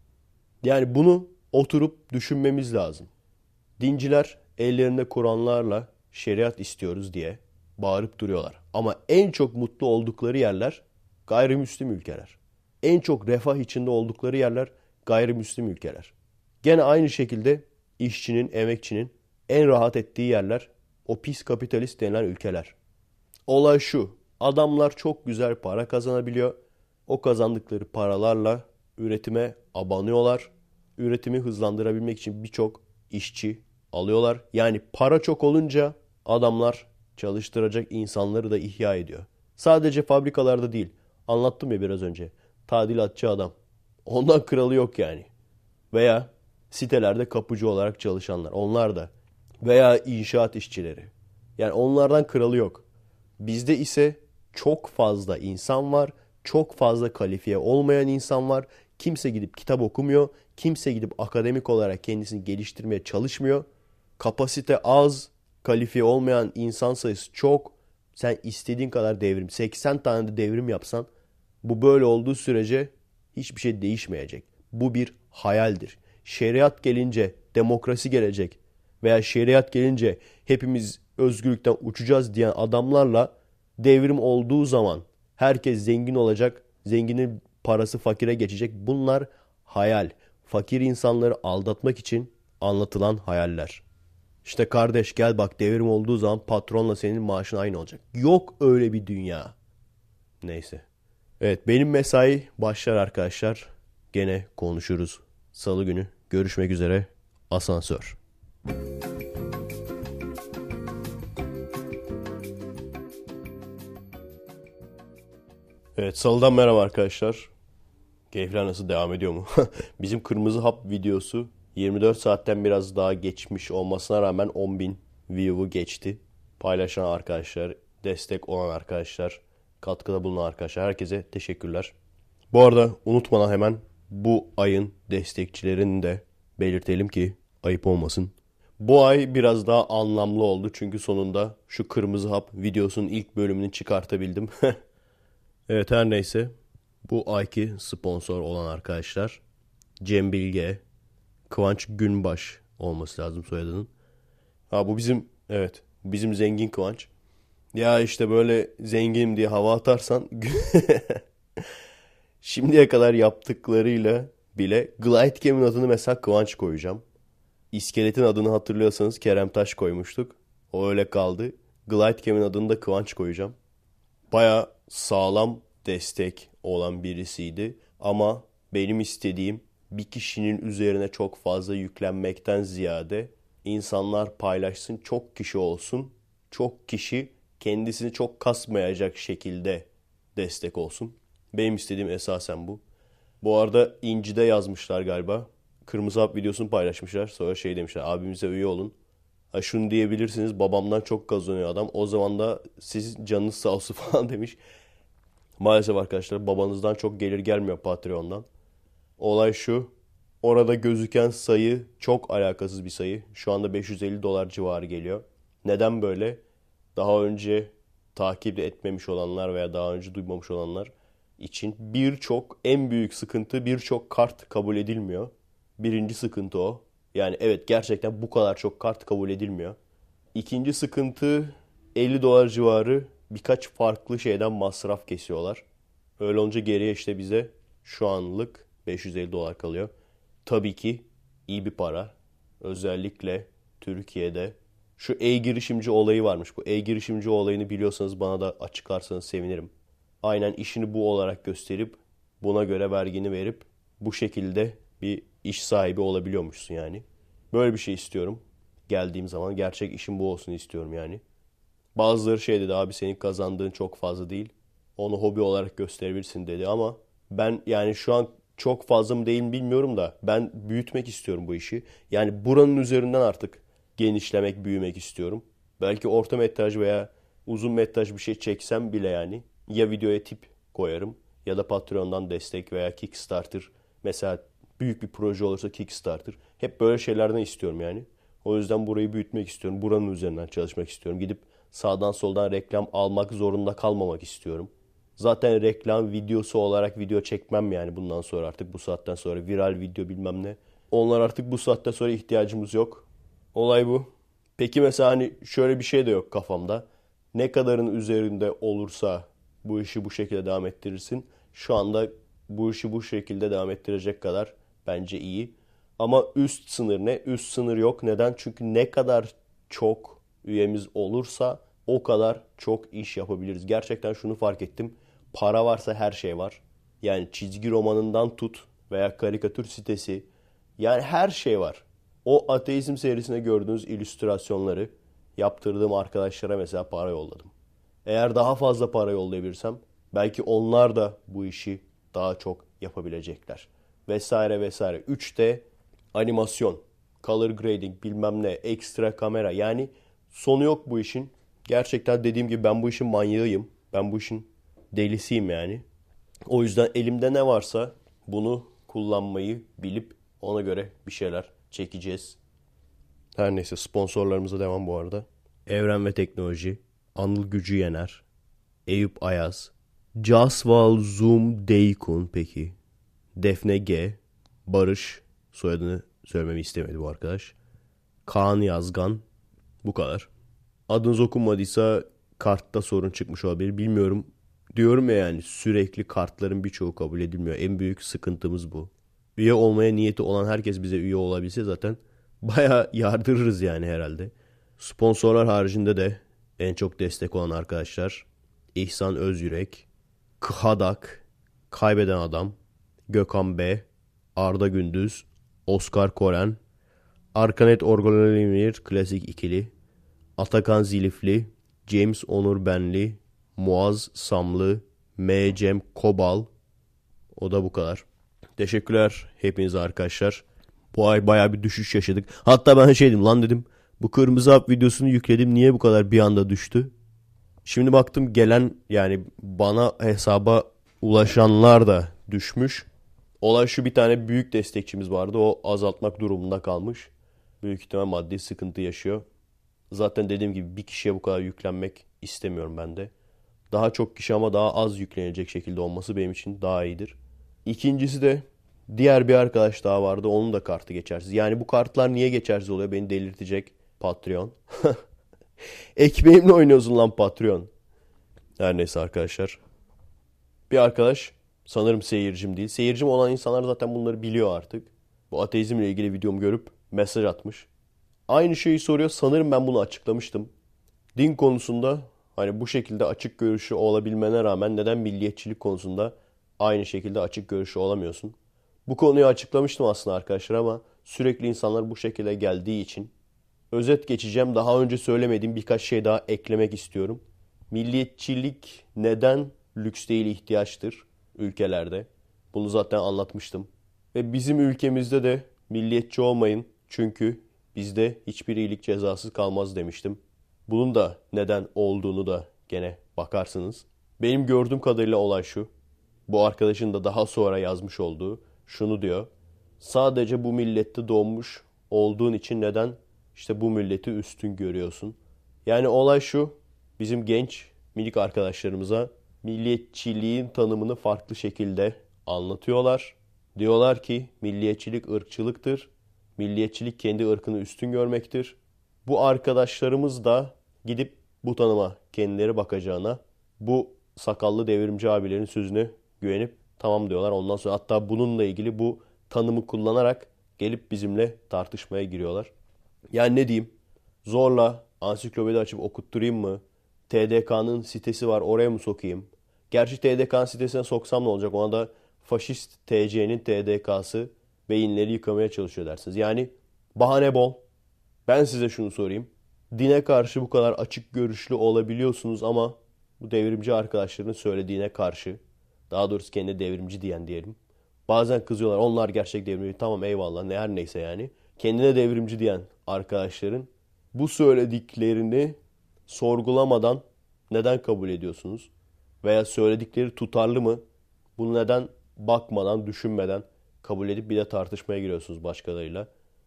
A: Yani bunu oturup düşünmemiz lazım. Dinciler ellerinde Kur'anlarla şeriat istiyoruz diye bağırıp duruyorlar. Ama en çok mutlu oldukları yerler gayrimüslim ülkeler. En çok refah içinde oldukları yerler gayrimüslim ülkeler. Gene aynı şekilde işçinin, emekçinin en rahat ettiği yerler o pis kapitalist denilen ülkeler. Olay şu: adamlar çok güzel para kazanabiliyor. O kazandıkları paralarla üretime abanıyorlar. Üretimi hızlandırabilmek için birçok işçi alıyorlar. Yani para çok olunca adamlar çalıştıracak insanları da ihya ediyor. Sadece fabrikalarda değil. Anlattım ya biraz önce. Tadilatçı adam. Ondan kralı yok yani. Veya sitelerde kapıcı olarak çalışanlar. Onlar da. Veya inşaat işçileri. Yani onlardan kralı yok. Bizde ise çok fazla insan var. Çok fazla kalifiye olmayan insan var. Kimse gidip kitap okumuyor. Kimse gidip akademik olarak kendisini geliştirmeye çalışmıyor. Kapasite az. Kalifiye olmayan insan sayısı çok. Sen istediğin kadar devrim, 80 tane de devrim yapsan, bu böyle olduğu sürece hiçbir şey değişmeyecek. Bu bir hayaldir. Şeriat gelince demokrasi gelecek veya şeriat gelince hepimiz özgürlükten uçacağız diyen adamlarla devrim olduğu zaman herkes zengin olacak, zenginin parası fakire geçecek. Bunlar hayal. Fakir insanları aldatmak için anlatılan hayaller. İşte kardeş gel bak, devrim olduğu zaman patronla senin maaşın aynı olacak. Yok öyle bir dünya. Neyse. Evet, benim mesai başlar arkadaşlar. Gene konuşuruz. Salı günü görüşmek üzere. Asansör. Evet, salıdan merhaba arkadaşlar. Keyifler nasıl, devam ediyor mu? Bizim Kırmızı Hap videosu 24 saatten biraz daha geçmiş olmasına rağmen 10.000 view'u geçti. Paylaşan arkadaşlar, destek olan arkadaşlar, katkıda bulunan arkadaşlar, herkese teşekkürler. Bu arada unutmadan hemen bu ayın destekçilerini de belirtelim ki ayıp olmasın. Bu ay biraz daha anlamlı oldu çünkü sonunda şu Kırmızı Hap videosunun ilk bölümünü çıkartabildim. Evet, her neyse. Bu ayki sponsor olan arkadaşlar Cem Bilge, Kıvanç Günbaş olması lazım soyadının. Ha, bu bizim, evet, bizim zengin Kıvanç. Ya işte böyle zenginim diye hava atarsan şimdiye kadar yaptıklarıyla bile Glidecam'in adını mesela Kıvanç koyacağım. İskeletin adını hatırlıyorsanız Kerem Taş koymuştuk. O öyle kaldı. Glidecam'in adını da Kıvanç koyacağım. Baya sağlam destek olan birisiydi. Ama benim istediğim bir kişinin üzerine çok fazla yüklenmekten ziyade insanlar paylaşsın, çok kişi olsun. Çok kişi kendisini çok kasmayacak şekilde destek olsun. Benim istediğim esasen bu. Bu arada İnci'de yazmışlar galiba. Kırmızı Hap videosunu paylaşmışlar. Sonra şey demişler, abimize üye olun. Ha, şunu diyebilirsiniz, babamdan çok kazanıyor adam. O zaman da siz canınız sağ olsun falan demiş. Maalesef arkadaşlar, babanızdan çok gelir gelmiyor Patreon'dan. Olay şu: orada gözüken sayı çok alakasız bir sayı. Şu anda $550 civarı geliyor. Neden böyle? Daha önce takip etmemiş olanlar veya daha önce duymamış olanlar için en büyük sıkıntı, birçok kart kabul edilmiyor. Birinci sıkıntı o. Yani evet, gerçekten bu kadar çok kart kabul edilmiyor. İkinci sıkıntı, $50 civarı birkaç farklı şeyden masraf kesiyorlar. Öyle olunca geriye işte bize şu anlık $550 kalıyor. Tabii ki iyi bir para. Özellikle Türkiye'de şu e-girişimci olayı varmış. Bu e-girişimci olayını biliyorsanız bana da açıklarsanız sevinirim. Aynen işini bu olarak gösterip buna göre vergini verip bu şekilde bir iş sahibi olabiliyormuşsun yani. Böyle bir şey istiyorum. Geldiğim zaman gerçek işim bu olsun istiyorum yani. Bazıları şey dedi, abi senin kazandığın çok fazla değil. Onu hobi olarak gösterebilirsin dedi ama ben yani şu an çok fazla mı değil mi bilmiyorum da ben büyütmek istiyorum bu işi. Yani buranın üzerinden artık genişlemek, büyümek istiyorum. Belki orta metraj veya uzun metraj bir şey çeksem bile yani ya videoya tip koyarım ya da Patreon'dan destek veya Kickstarter. Mesela büyük bir proje olursa Kickstarter. Hep böyle şeylerden istiyorum yani. O yüzden burayı büyütmek istiyorum. Buranın üzerinden çalışmak istiyorum. Gidip sağdan soldan reklam almak zorunda kalmamak istiyorum. Zaten reklam videosu olarak video çekmem yani bundan sonra, artık bu saatten sonra viral video bilmem ne. Onlar artık bu saatten sonra ihtiyacımız yok. Olay bu. Peki mesela hani şöyle bir şey de yok kafamda. Ne kadarın üzerinde olursa bu işi bu şekilde devam ettirirsin. Şu anda bu işi bu şekilde devam ettirecek kadar bence iyi. Ama üst sınır ne? Üst sınır yok. Neden? Çünkü ne kadar çok üyemiz olursa o kadar çok iş yapabiliriz. Gerçekten şunu fark ettim. Para varsa her şey var. Yani çizgi romanından tut veya karikatür sitesi. Yani her şey var. O ateizm serisinde gördüğünüz illüstrasyonları yaptırdığım arkadaşlara mesela para yolladım. Eğer daha fazla para yollayabilirsem belki onlar da bu işi daha çok yapabilecekler. Vesaire vesaire. 3D animasyon, color grading bilmem ne, ekstra kamera. Yani sonu yok bu işin. Gerçekten dediğim gibi ben bu işin manyağıyım. Ben bu işin delisiyim yani. O yüzden elimde ne varsa bunu kullanmayı bilip ona göre bir şeyler çekeceğiz. Her neyse, sponsorlarımıza devam bu arada. Evren ve Teknoloji, Anıl Gücü Yener, Eyüp Ayaz, Casval Zoom Deykun peki, Defne G, Barış, soyadını söylememi istemedi bu arkadaş, Kaan Yazgan, bu kadar. Adınız okunmadıysa kartta sorun çıkmış olabilir, bilmiyorum. Diyorum ya yani sürekli kartların birçoğu kabul edilmiyor. En büyük sıkıntımız bu. Üye olmaya niyeti olan herkes bize üye olabilse zaten bayağı yardırırız yani herhalde. Sponsorlar haricinde de en çok destek olan arkadaşlar: İhsan Özyürek, Khadak, Kaybeden Adam, Gökhan B, Arda Gündüz, Oscar Koren, Arkanet Orgolimir Klasik ikili, Atakan Zilifli, James Onur Benli, Muaz Samlı, M. Cem Kobal. O da bu kadar. Teşekkürler hepinize arkadaşlar. Bu ay bayağı bir düşüş yaşadık. Hatta ben şey dedim, lan dedim bu kırmızı hap videosunu yükledim, niye bu kadar bir anda düştü? Şimdi baktım gelen yani bana hesaba ulaşanlar da düşmüş. Olay şu: bir tane büyük destekçimiz vardı, o azaltmak durumunda kalmış. Büyük ihtimal maddi sıkıntı yaşıyor. Zaten dediğim gibi bir kişiye bu kadar yüklenmek istemiyorum ben de. Daha çok kişi ama daha az yüklenecek şekilde olması benim için daha iyidir. İkincisi de diğer bir arkadaş daha vardı. Onun da kartı geçersiz. Yani bu kartlar niye geçersiz oluyor? Beni delirtecek Patreon. Ekmeğimle oynuyorsun lan Patreon. Her neyse arkadaşlar. Bir arkadaş, sanırım seyircim değil. Seyircim olan insanlar zaten bunları biliyor artık. Bu ateizmle ilgili videomu görüp mesaj atmış. Aynı şeyi soruyor. Sanırım ben bunu açıklamıştım. Din konusunda hani bu şekilde açık görüşü olabilmene rağmen neden milliyetçilik konusunda aynı şekilde açık görüşü olamıyorsun? Bu konuyu açıklamıştım aslında arkadaşlar ama sürekli insanlar bu şekilde geldiği için özet geçeceğim. Daha önce söylemediğim birkaç şey daha eklemek istiyorum. Milliyetçilik neden lüks değil ihtiyaçtır ülkelerde? Bunu zaten anlatmıştım. Ve bizim ülkemizde de milliyetçi olmayın çünkü bizde hiçbir iyilik cezasız kalmaz demiştim. Bunun da neden olduğunu da gene bakarsınız. Benim gördüğüm kadarıyla olay şu: bu arkadaşın da daha sonra yazmış olduğu şunu diyor: sadece bu millette doğmuş olduğun için neden işte bu milleti üstün görüyorsun? Yani olay şu: bizim genç minik arkadaşlarımıza milliyetçiliğin tanımını farklı şekilde anlatıyorlar. Diyorlar ki milliyetçilik ırkçılıktır. Milliyetçilik kendi ırkını üstün görmektir. Bu arkadaşlarımız da gidip bu tanıma kendileri bakacağına bu sakallı devrimci abilerin sözüne güvenip tamam diyorlar. Ondan sonra hatta bununla ilgili bu tanımı kullanarak gelip bizimle tartışmaya giriyorlar. Yani ne diyeyim? Zorla ansiklopedi açıp okutturayım mı? TDK'nın sitesi var, oraya mı sokayım? Gerçi TDK'nın sitesine soksam ne olacak? Ona da faşist TC'nin TDK'sı beyinleri yıkamaya çalışıyor dersiniz. Yani bahane bol. Ben size şunu sorayım. Dine karşı bu kadar açık görüşlü olabiliyorsunuz ama bu devrimci arkadaşların söylediğine karşı, daha doğrusu kendi devrimci diyen diyelim. Bazen kızıyorlar. Onlar gerçek devrimci. Tamam eyvallah ne her neyse yani. Kendine devrimci diyen arkadaşların bu söylediklerini sorgulamadan neden kabul ediyorsunuz? Veya söyledikleri tutarlı mı? Bunu neden bakmadan, düşünmeden kabul edip bir de tartışmaya giriyorsunuz başkalarıyla?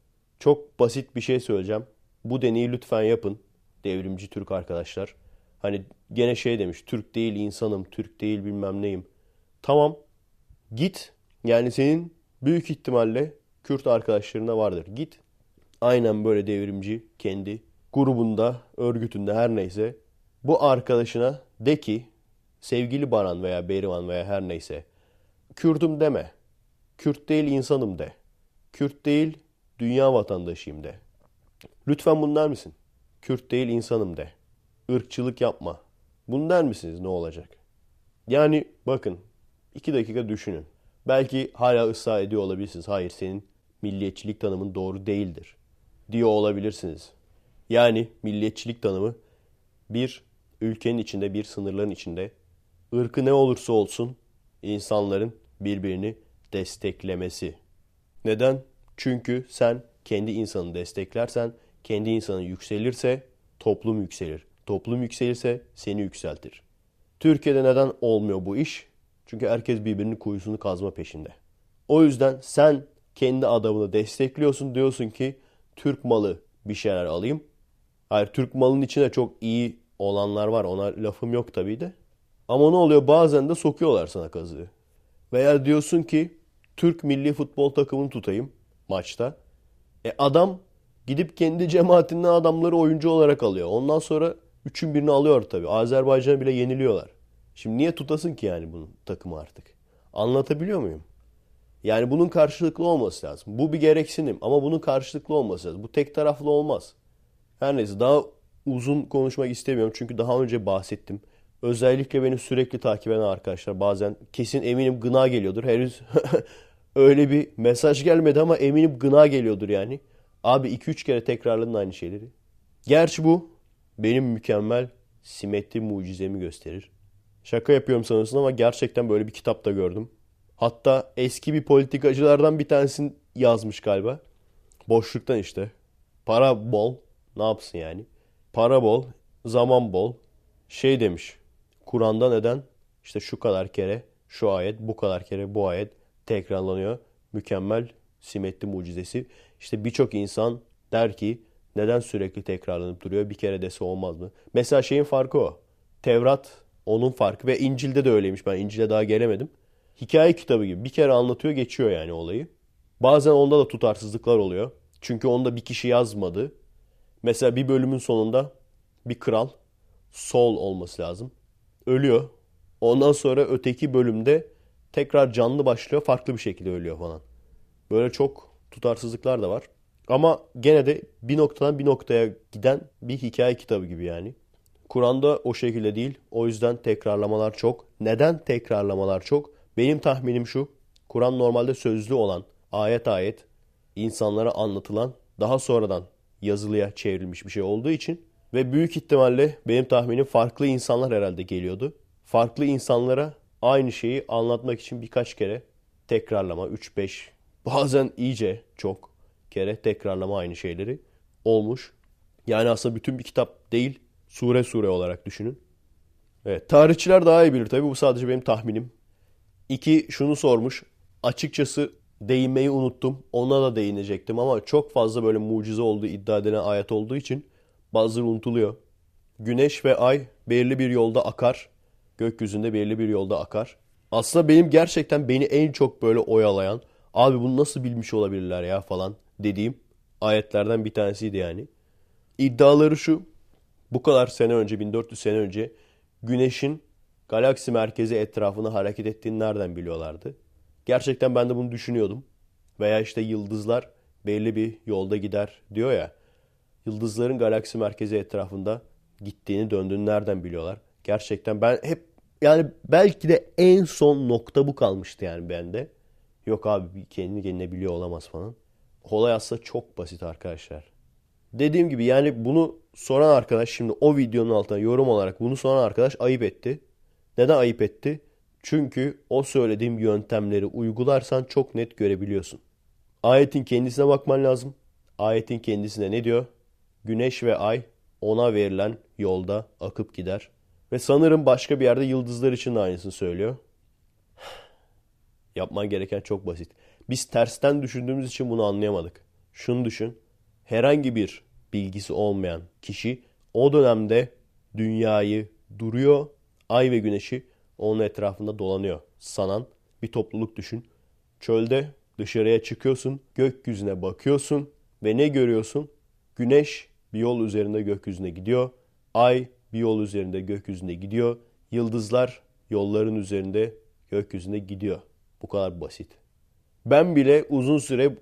A: Çok basit bir şey söyleyeceğim. Bu deneyi lütfen yapın. Devrimci Türk arkadaşlar. Hani gene şey demiş. Türk değil insanım, Türk değil bilmem neyim. Tamam. Git. Yani senin büyük ihtimalle Kürt arkadaşlarına vardır. Git. Aynen böyle devrimci kendi grubunda, örgütünde her neyse. Bu arkadaşına de ki sevgili Baran veya Berivan veya her neyse. Kürtüm deme. Kürt değil insanım de. Kürt değil dünya vatandaşıyım de. Lütfen bunu der misin? Kürt değil insanım de. Irkçılık yapma. Bunu der misiniz ne olacak? Yani bakın 2 dakika düşünün. Belki hala ısrar ediyor olabilirsiniz. Hayır senin milliyetçilik tanımın doğru değildir diyor olabilirsiniz. Yani milliyetçilik tanımı bir ülkenin içinde, bir sınırların içinde ırkı ne olursa olsun insanların birbirini desteklemesi. Neden? Çünkü sen kendi insanı desteklersen, kendi insanı yükselirse toplum yükselir. Toplum yükselirse seni yükseltir. Türkiye'de neden olmuyor bu iş? Çünkü herkes birbirinin kuyusunu kazma peşinde. O yüzden sen kendi adamını destekliyorsun. Diyorsun ki Türk malı bir şeyler alayım. Hayır Türk malının içinde çok iyi olanlar var. Ona lafım yok tabii de. Ama ne oluyor? Bazen de sokuyorlar sana kazığı. Veya diyorsun ki Türk milli futbol takımını tutayım maçta. Adam gidip kendi cemaatinden adamları oyuncu olarak alıyor. Ondan sonra üçün birini alıyor tabii. Azerbaycan'a bile yeniliyorlar. Şimdi niye tutasın ki yani bunun takımı artık? Anlatabiliyor muyum? Yani bunun karşılıklı olması lazım. Bu bir gereksinim ama bunun karşılıklı olması lazım. Bu tek taraflı olmaz. Her neyse daha uzun konuşmak istemiyorum çünkü daha önce bahsettim. Özellikle beni sürekli takip eden arkadaşlar bazen kesin eminim gına geliyordur. Henüz öyle bir mesaj gelmedi ama eminim gına geliyordur yani. Abi 2-3 kere tekrarladın aynı şeyleri. Gerçi bu benim mükemmel simetri mucizemi gösterir. Şaka yapıyorum sanırsın ama gerçekten böyle bir kitapta gördüm. Hatta eski bir politikacılardan bir tanesini yazmış galiba. Boşluktan işte. Para bol. Ne yapsın yani? Para bol, zaman bol. Şey demiş. Kur'an'da neden? İşte şu kadar kere şu ayet, bu kadar kere bu ayet tekrarlanıyor. Mükemmel simetri mucizesi. İşte birçok insan der ki neden sürekli tekrarlanıp duruyor? Bir kere dese olmaz mı? Mesela şeyin farkı o. Tevrat onun farkı ve İncil'de de öyleymiş. Ben İncil'e daha gelemedim. Hikaye kitabı gibi bir kere anlatıyor geçiyor yani olayı. Bazen onda da tutarsızlıklar oluyor. Çünkü onda bir kişi yazmadı. Mesela bir bölümün sonunda bir kral, Saul olması lazım, ölüyor. Ondan sonra öteki bölümde tekrar canlı başlıyor, farklı bir şekilde ölüyor falan. Böyle çok tutarsızlıklar da var. Ama gene de bir noktadan bir noktaya giden bir hikaye kitabı gibi yani. Kur'an'da o şekilde değil. O yüzden tekrarlamalar çok. Neden tekrarlamalar çok? Benim tahminim şu. Kur'an normalde sözlü olan, ayet ayet insanlara anlatılan, daha sonradan yazılıya çevrilmiş bir şey olduğu için ve büyük ihtimalle benim tahminim farklı insanlar herhalde geliyordu. Farklı insanlara aynı şeyi anlatmak için birkaç kere tekrarlama, 3-5, bazen iyice çok kere tekrarlama aynı şeyleri olmuş. Yani aslında bütün bir kitap değil, sure sure olarak düşünün. Evet, tarihçiler daha iyi bilir tabii, bu sadece benim tahminim. İki, şunu sormuş. Açıkçası değinmeyi unuttum. Ona da değinecektim ama çok fazla böyle mucize olduğu iddia edilen ayet olduğu için bazıları unutuluyor. Güneş ve ay belirli bir yolda akar. Gökyüzünde belirli bir yolda akar. Aslında benim gerçekten beni en çok böyle oyalayan, abi bunu nasıl bilmiş olabilirler ya falan dediğim ayetlerden bir tanesiydi yani. İddiaları şu. Bu kadar sene önce, 1400 sene önce Güneş'in galaksi merkezi etrafında hareket ettiğini nereden biliyorlardı? Gerçekten ben de bunu düşünüyordum. Veya işte yıldızlar belli bir yolda gider diyor ya. Yıldızların galaksi merkezi etrafında gittiğini, döndüğünü nereden biliyorlar? Gerçekten ben hep yani belki de en son nokta bu kalmıştı yani bende. Yok abi kendi kendine biliyor olamaz falan. Olay aslında çok basit arkadaşlar. Dediğim gibi yani bunu soran arkadaş şimdi o videonun altına yorum olarak bunu soran arkadaş ayıp etti. Neden ayıp etti? Çünkü o söylediğim yöntemleri uygularsan çok net görebiliyorsun. Ayetin kendisine bakman lazım. Ayetin kendisine ne diyor? Güneş ve ay ona verilen yolda akıp gider. Ve sanırım başka bir yerde yıldızlar için de aynısını söylüyor. Yapman gereken çok basit. Biz tersten düşündüğümüz için bunu anlayamadık. Şunu düşün. Herhangi bir bilgisi olmayan kişi o dönemde dünyayı duruyor, ay ve güneşi onun etrafında dolanıyor sanan bir topluluk düşün. Çölde dışarıya çıkıyorsun, gökyüzüne bakıyorsun ve ne görüyorsun? Güneş bir yol üzerinde gökyüzüne gidiyor. Ay bir yol üzerinde gökyüzünde gidiyor. Yıldızlar yolların üzerinde gökyüzünde gidiyor. Bu kadar basit. Ben bile uzun süre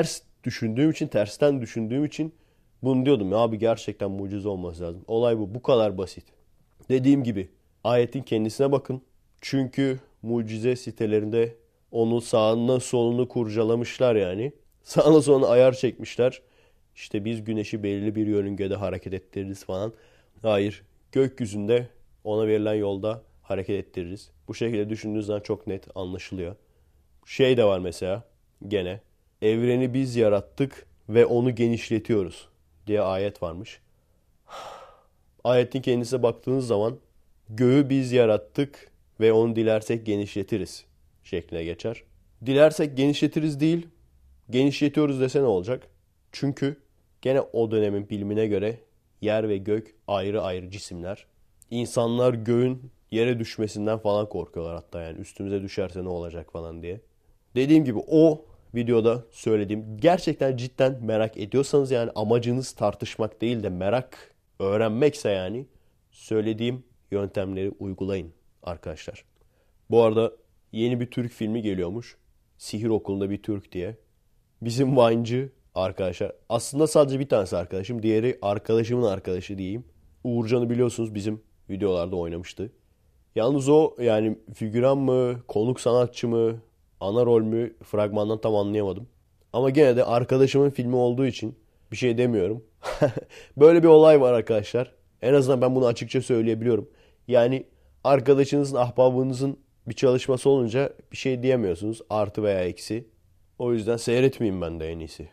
A: tersten düşündüğüm için bunu diyordum. Ya abi gerçekten mucize olması lazım. Olay bu. Bu kadar basit. Dediğim gibi ayetin kendisine bakın. Çünkü mucize sitelerinde onu sağını solunu kurcalamışlar yani. Sağına soluna ayar çekmişler. İşte biz güneşi belirli bir yörüngede hareket ettiririz falan. Hayır. Gökyüzünde ona verilen yolda hareket ettiririz. Bu şekilde düşündüğünüz zaman çok net anlaşılıyor. Şey de var mesela gene. Evreni biz yarattık ve onu genişletiyoruz diye ayet varmış. Ayetin kendisine baktığınız zaman göğü biz yarattık ve onu dilersek genişletiriz şekline geçer. Dilersek genişletiriz değil, genişletiyoruz dese ne olacak? Çünkü gene o dönemin bilimine göre yer ve gök ayrı ayrı cisimler. İnsanlar göğün yere düşmesinden falan korkuyorlar hatta yani üstümüze düşerse ne olacak falan diye. Dediğim gibi o videoda söylediğim gerçekten cidden merak ediyorsanız yani amacınız tartışmak değil de merak öğrenmekse yani söylediğim yöntemleri uygulayın arkadaşlar. Bu arada yeni bir Türk filmi geliyormuş. Sihir Okulu'nda bir Türk diye. Bizim Vine'cı arkadaşlar. Aslında sadece bir tanesi arkadaşım. Diğeri arkadaşımın arkadaşı diyeyim. Uğurcan'ı biliyorsunuz bizim videolarda oynamıştı. Yalnız o yani figüran mı, konuk sanatçı mı, ana rol mü fragmandan tam anlayamadım. Ama gene de arkadaşımın filmi olduğu için bir şey demiyorum. Böyle bir olay var arkadaşlar. En azından ben bunu açıkça söyleyebiliyorum. Yani arkadaşınızın, ahbabınızın bir çalışması olunca bir şey diyemiyorsunuz. Artı veya eksi. O yüzden seyretmeyeyim ben de en iyisi.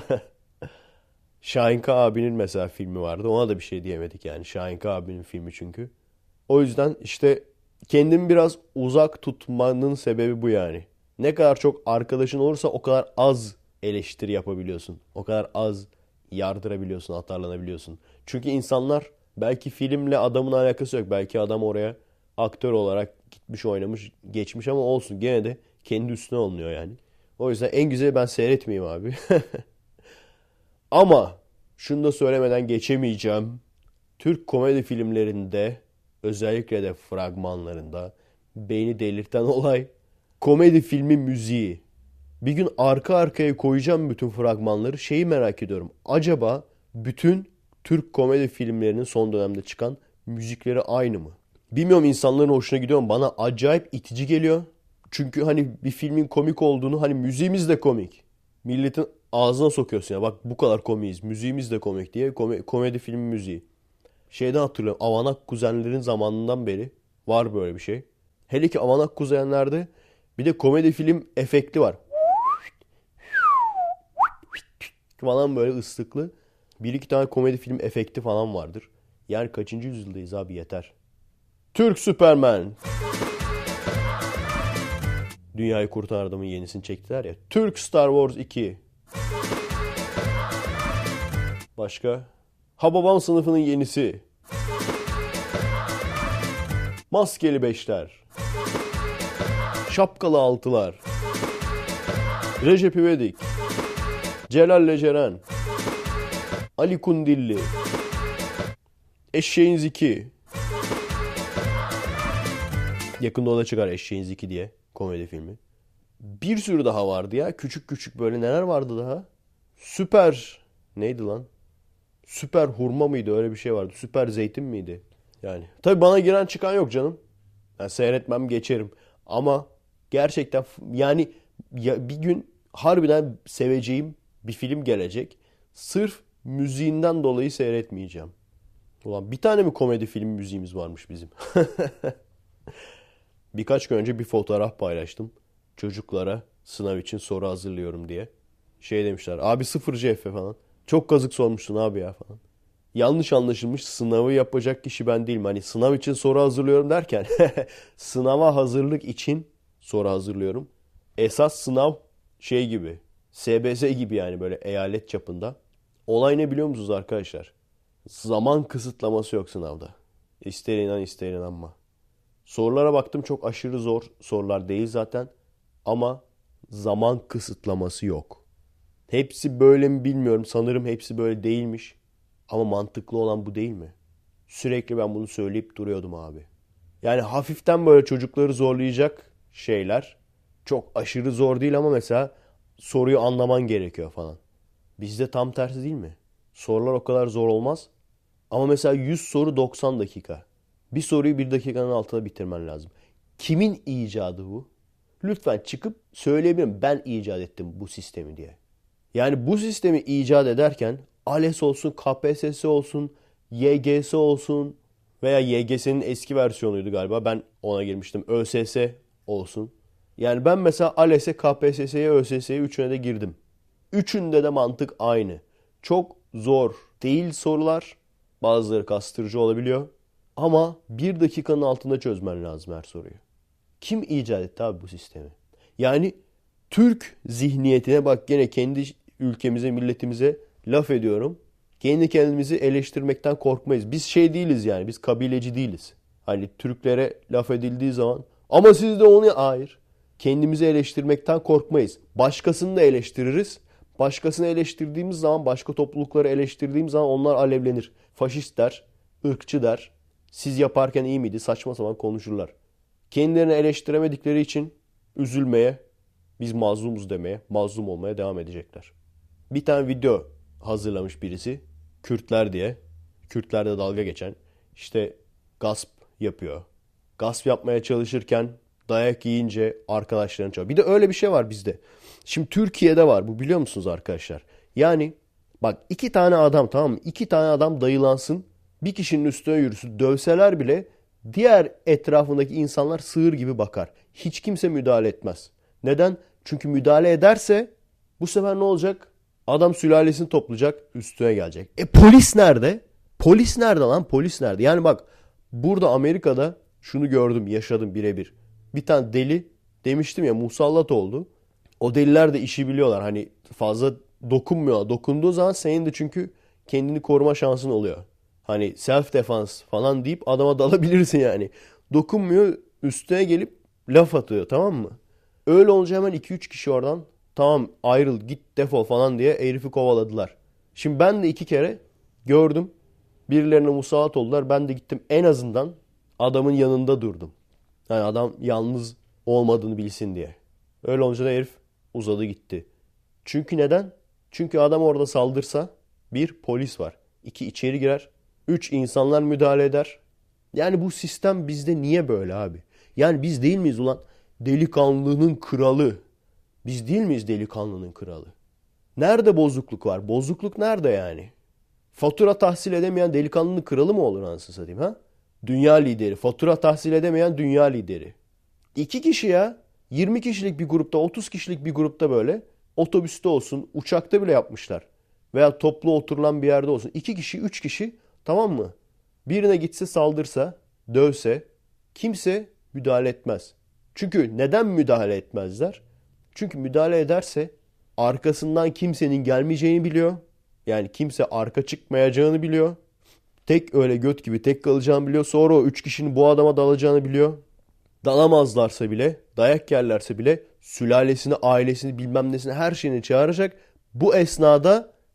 A: Şahinka abinin mesela filmi vardı. Ona da bir şey diyemedik yani. Şahinka abinin filmi çünkü. O yüzden işte kendimi biraz uzak tutmanın sebebi bu yani. Ne kadar çok arkadaşın olursa o kadar az eleştiri yapabiliyorsun. O kadar az yardırabiliyorsun, atarlanabiliyorsun. Çünkü insanlar belki filmle adamın alakası yok. Belki adam oraya aktör olarak gitmiş, oynamış, geçmiş ama olsun. Gene de kendi üstüne alınıyor yani. O yüzden en güzeli ben seyretmeyeyim abi. Ama şunu da söylemeden geçemeyeceğim. Türk komedi filmlerinde özellikle de fragmanlarında beni delirten olay komedi filmi müziği. Bir gün arka arkaya koyacağım bütün fragmanları. Şeyi merak ediyorum. Acaba bütün Türk komedi filmlerinin son dönemde çıkan müzikleri aynı mı? Bilmiyorum insanların hoşuna gidiyor mu? Bana acayip itici geliyor. Çünkü hani bir filmin komik olduğunu hani müziğimiz de komik. Milletin ağzına sokuyorsun ya bak bu kadar komiyiz. Müziğimiz de komik diye komedi filmi müziği. Şeyden hatırlıyorum. Avanak Kuzenlerin zamanından beri var böyle bir şey. Hele ki Avanak Kuzenler'de bir de komedi film efekti var. Falan böyle ıslıklı. Bir iki tane komedi film efekti falan vardır. Yani kaçıncı yüzyıldayız abi yeter. Türk Süpermen. Dünyayı Kurtaran Adam'ın yenisini çektiler ya. Türk Star Wars 2. Başka? Hababam Sınıfı'nın yenisi. Maskeli Beşler. Şapkalı Altılar. Recep İvedik. Celal'le Ceren. Ali Kundilli. Eşeğin Ziki. Yakında o da çıkar, Eşeğin Ziki diye. Komedi filmi. Bir sürü daha vardı ya. Küçük küçük böyle neler vardı daha? Süper. Neydi lan? Süper hurma mıydı? Öyle bir şey vardı. Süper zeytin miydi? Yani. Tabii bana giren çıkan yok canım. Yani seyretmem, geçerim. Ama gerçekten yani bir gün harbiden seveceğim bir film gelecek. Sırf müziğinden dolayı seyretmeyeceğim. Ulan bir tane mi komedi film müziğimiz varmış bizim? Birkaç gün önce bir fotoğraf paylaştım. Çocuklara sınav için soru hazırlıyorum diye. Şey demişler. Abi 0 CF falan. Çok kazık sormuştun abi ya falan. Yanlış anlaşılmış, sınavı yapacak kişi ben değilim. Hani sınav için soru hazırlıyorum derken sınava hazırlık için soru hazırlıyorum. Esas sınav şey gibi, SBS gibi, yani böyle eyalet çapında. Olay ne biliyor musunuz arkadaşlar? Zaman kısıtlaması yok sınavda. İster inan ister inanma. Sorulara baktım, çok aşırı zor sorular değil zaten. Ama zaman kısıtlaması yok. Hepsi böyle mi bilmiyorum. Sanırım hepsi böyle değilmiş. Ama mantıklı olan bu değil mi? Sürekli ben bunu söyleyip duruyordum abi. Yani hafiften böyle çocukları zorlayacak şeyler. Çok aşırı zor değil ama mesela soruyu anlaman gerekiyor falan. Bizde tam tersi değil mi? Sorular o kadar zor olmaz. Ama mesela 100 soru 90 dakika. Bir soruyu 1 dakikanın altında bitirmen lazım. Kimin icadı bu? Lütfen çıkıp söyleyebilirim, ben icat ettim bu sistemi diye. Yani bu sistemi icat ederken ALES olsun, KPSS olsun, YGS olsun veya YGS'nin eski versiyonuydu galiba. Ben ona girmiştim. ÖSS olsun. Yani ben mesela ALES'e, KPSS'ye, ÖSS'ye üçüne de girdim. Üçünde de mantık aynı. Çok zor değil sorular. Bazıları kastırıcı olabiliyor. Ama 1 dakikanın altında çözmen lazım her soruyu. Kim icat etti abi bu sistemi? Yani Türk zihniyetine bak, gene kendi ülkemize, milletimize laf ediyorum. Kendi kendimizi eleştirmekten korkmayız. Biz şey değiliz yani, biz kabileci değiliz. Hani Türklere laf edildiği zaman ama siz de onu, hayır. Kendimizi eleştirmekten korkmayız. Başkasını da eleştiririz. Başkasını eleştirdiğimiz zaman, başka toplulukları eleştirdiğimiz zaman onlar alevlenir. Faşist der, ırkçı der. Siz yaparken iyi miydi? Saçma sapan konuşurlar. Kendilerini eleştiremedikleri için üzülmeye, biz mazlumuz demeye, mazlum olmaya devam edecekler. Bir tane video hazırlamış birisi. Kürtler diye. Kürtlerde dalga geçen. İşte gasp yapıyor. Gasp yapmaya çalışırken dayak yiyince arkadaşlarını çalıyor. Bir de öyle bir şey var bizde. Şimdi Türkiye'de var bu, biliyor musunuz arkadaşlar? Yani bak, 2 tane adam, tamam mı? 2 tane adam dayılansın. Bir kişinin üstüne yürüsün. Dövseler bile diğer etrafındaki insanlar sığır gibi bakar. Hiç kimse müdahale etmez. Neden? Çünkü müdahale ederse bu sefer ne olacak? Adam sülalesini toplayacak, üstüne gelecek. Polis nerede? Polis nerede lan? Polis nerede? Yani bak, burada Amerika'da şunu gördüm, yaşadım birebir. Bir tane deli, demiştim ya, musallat oldu. O deliler de işi biliyorlar. Hani fazla dokunmuyor. Dokunduğu zaman senin de çünkü kendini koruma şansın oluyor. Hani self defense falan deyip adama dalabilirsin yani. Dokunmuyor, üstüne gelip laf atıyor, tamam mı? Öyle olunca hemen 2-3 kişi oradan tamam ayrıl git defol falan diye herifi kovaladılar. Şimdi ben de 2 kere gördüm. Birilerine musallat oldular. Ben de gittim, en azından adamın yanında durdum. Yani adam yalnız olmadığını bilsin diye. Öyle olunca da herif uzadı gitti. Çünkü neden? Çünkü adam orada saldırsa, 1 polis var. 2 içeri girer. 3 insanlar müdahale eder. Yani bu sistem bizde niye böyle abi? Yani biz değil miyiz ulan delikanlının kralı? Biz değil miyiz delikanlının kralı? Nerede bozukluk var? Bozukluk nerede yani? Fatura tahsil edemeyen delikanlının kralı mı olur anasını satayım ha? Dünya lideri. Fatura tahsil edemeyen dünya lideri. 2 kişi ya. 20 kişilik bir grupta, 30 kişilik bir grupta böyle otobüste olsun, uçakta bile yapmışlar. Veya toplu oturulan bir yerde olsun. 2 kişi, 3 kişi, tamam mı? Birine gitse saldırsa, dövse kimse müdahale etmez. Çünkü neden müdahale etmezler? Çünkü müdahale ederse arkasından kimsenin gelmeyeceğini biliyor. Yani kimse arka çıkmayacağını biliyor. Tek öyle göt gibi tek kalacağını biliyor. Sonra o 3 kişinin bu adama dalacağını biliyor. Dalamazlarsa bile, dayak yerlerse bile sülalesini, ailesini, bilmem nesini, her şeyini çağıracak. Bu esnada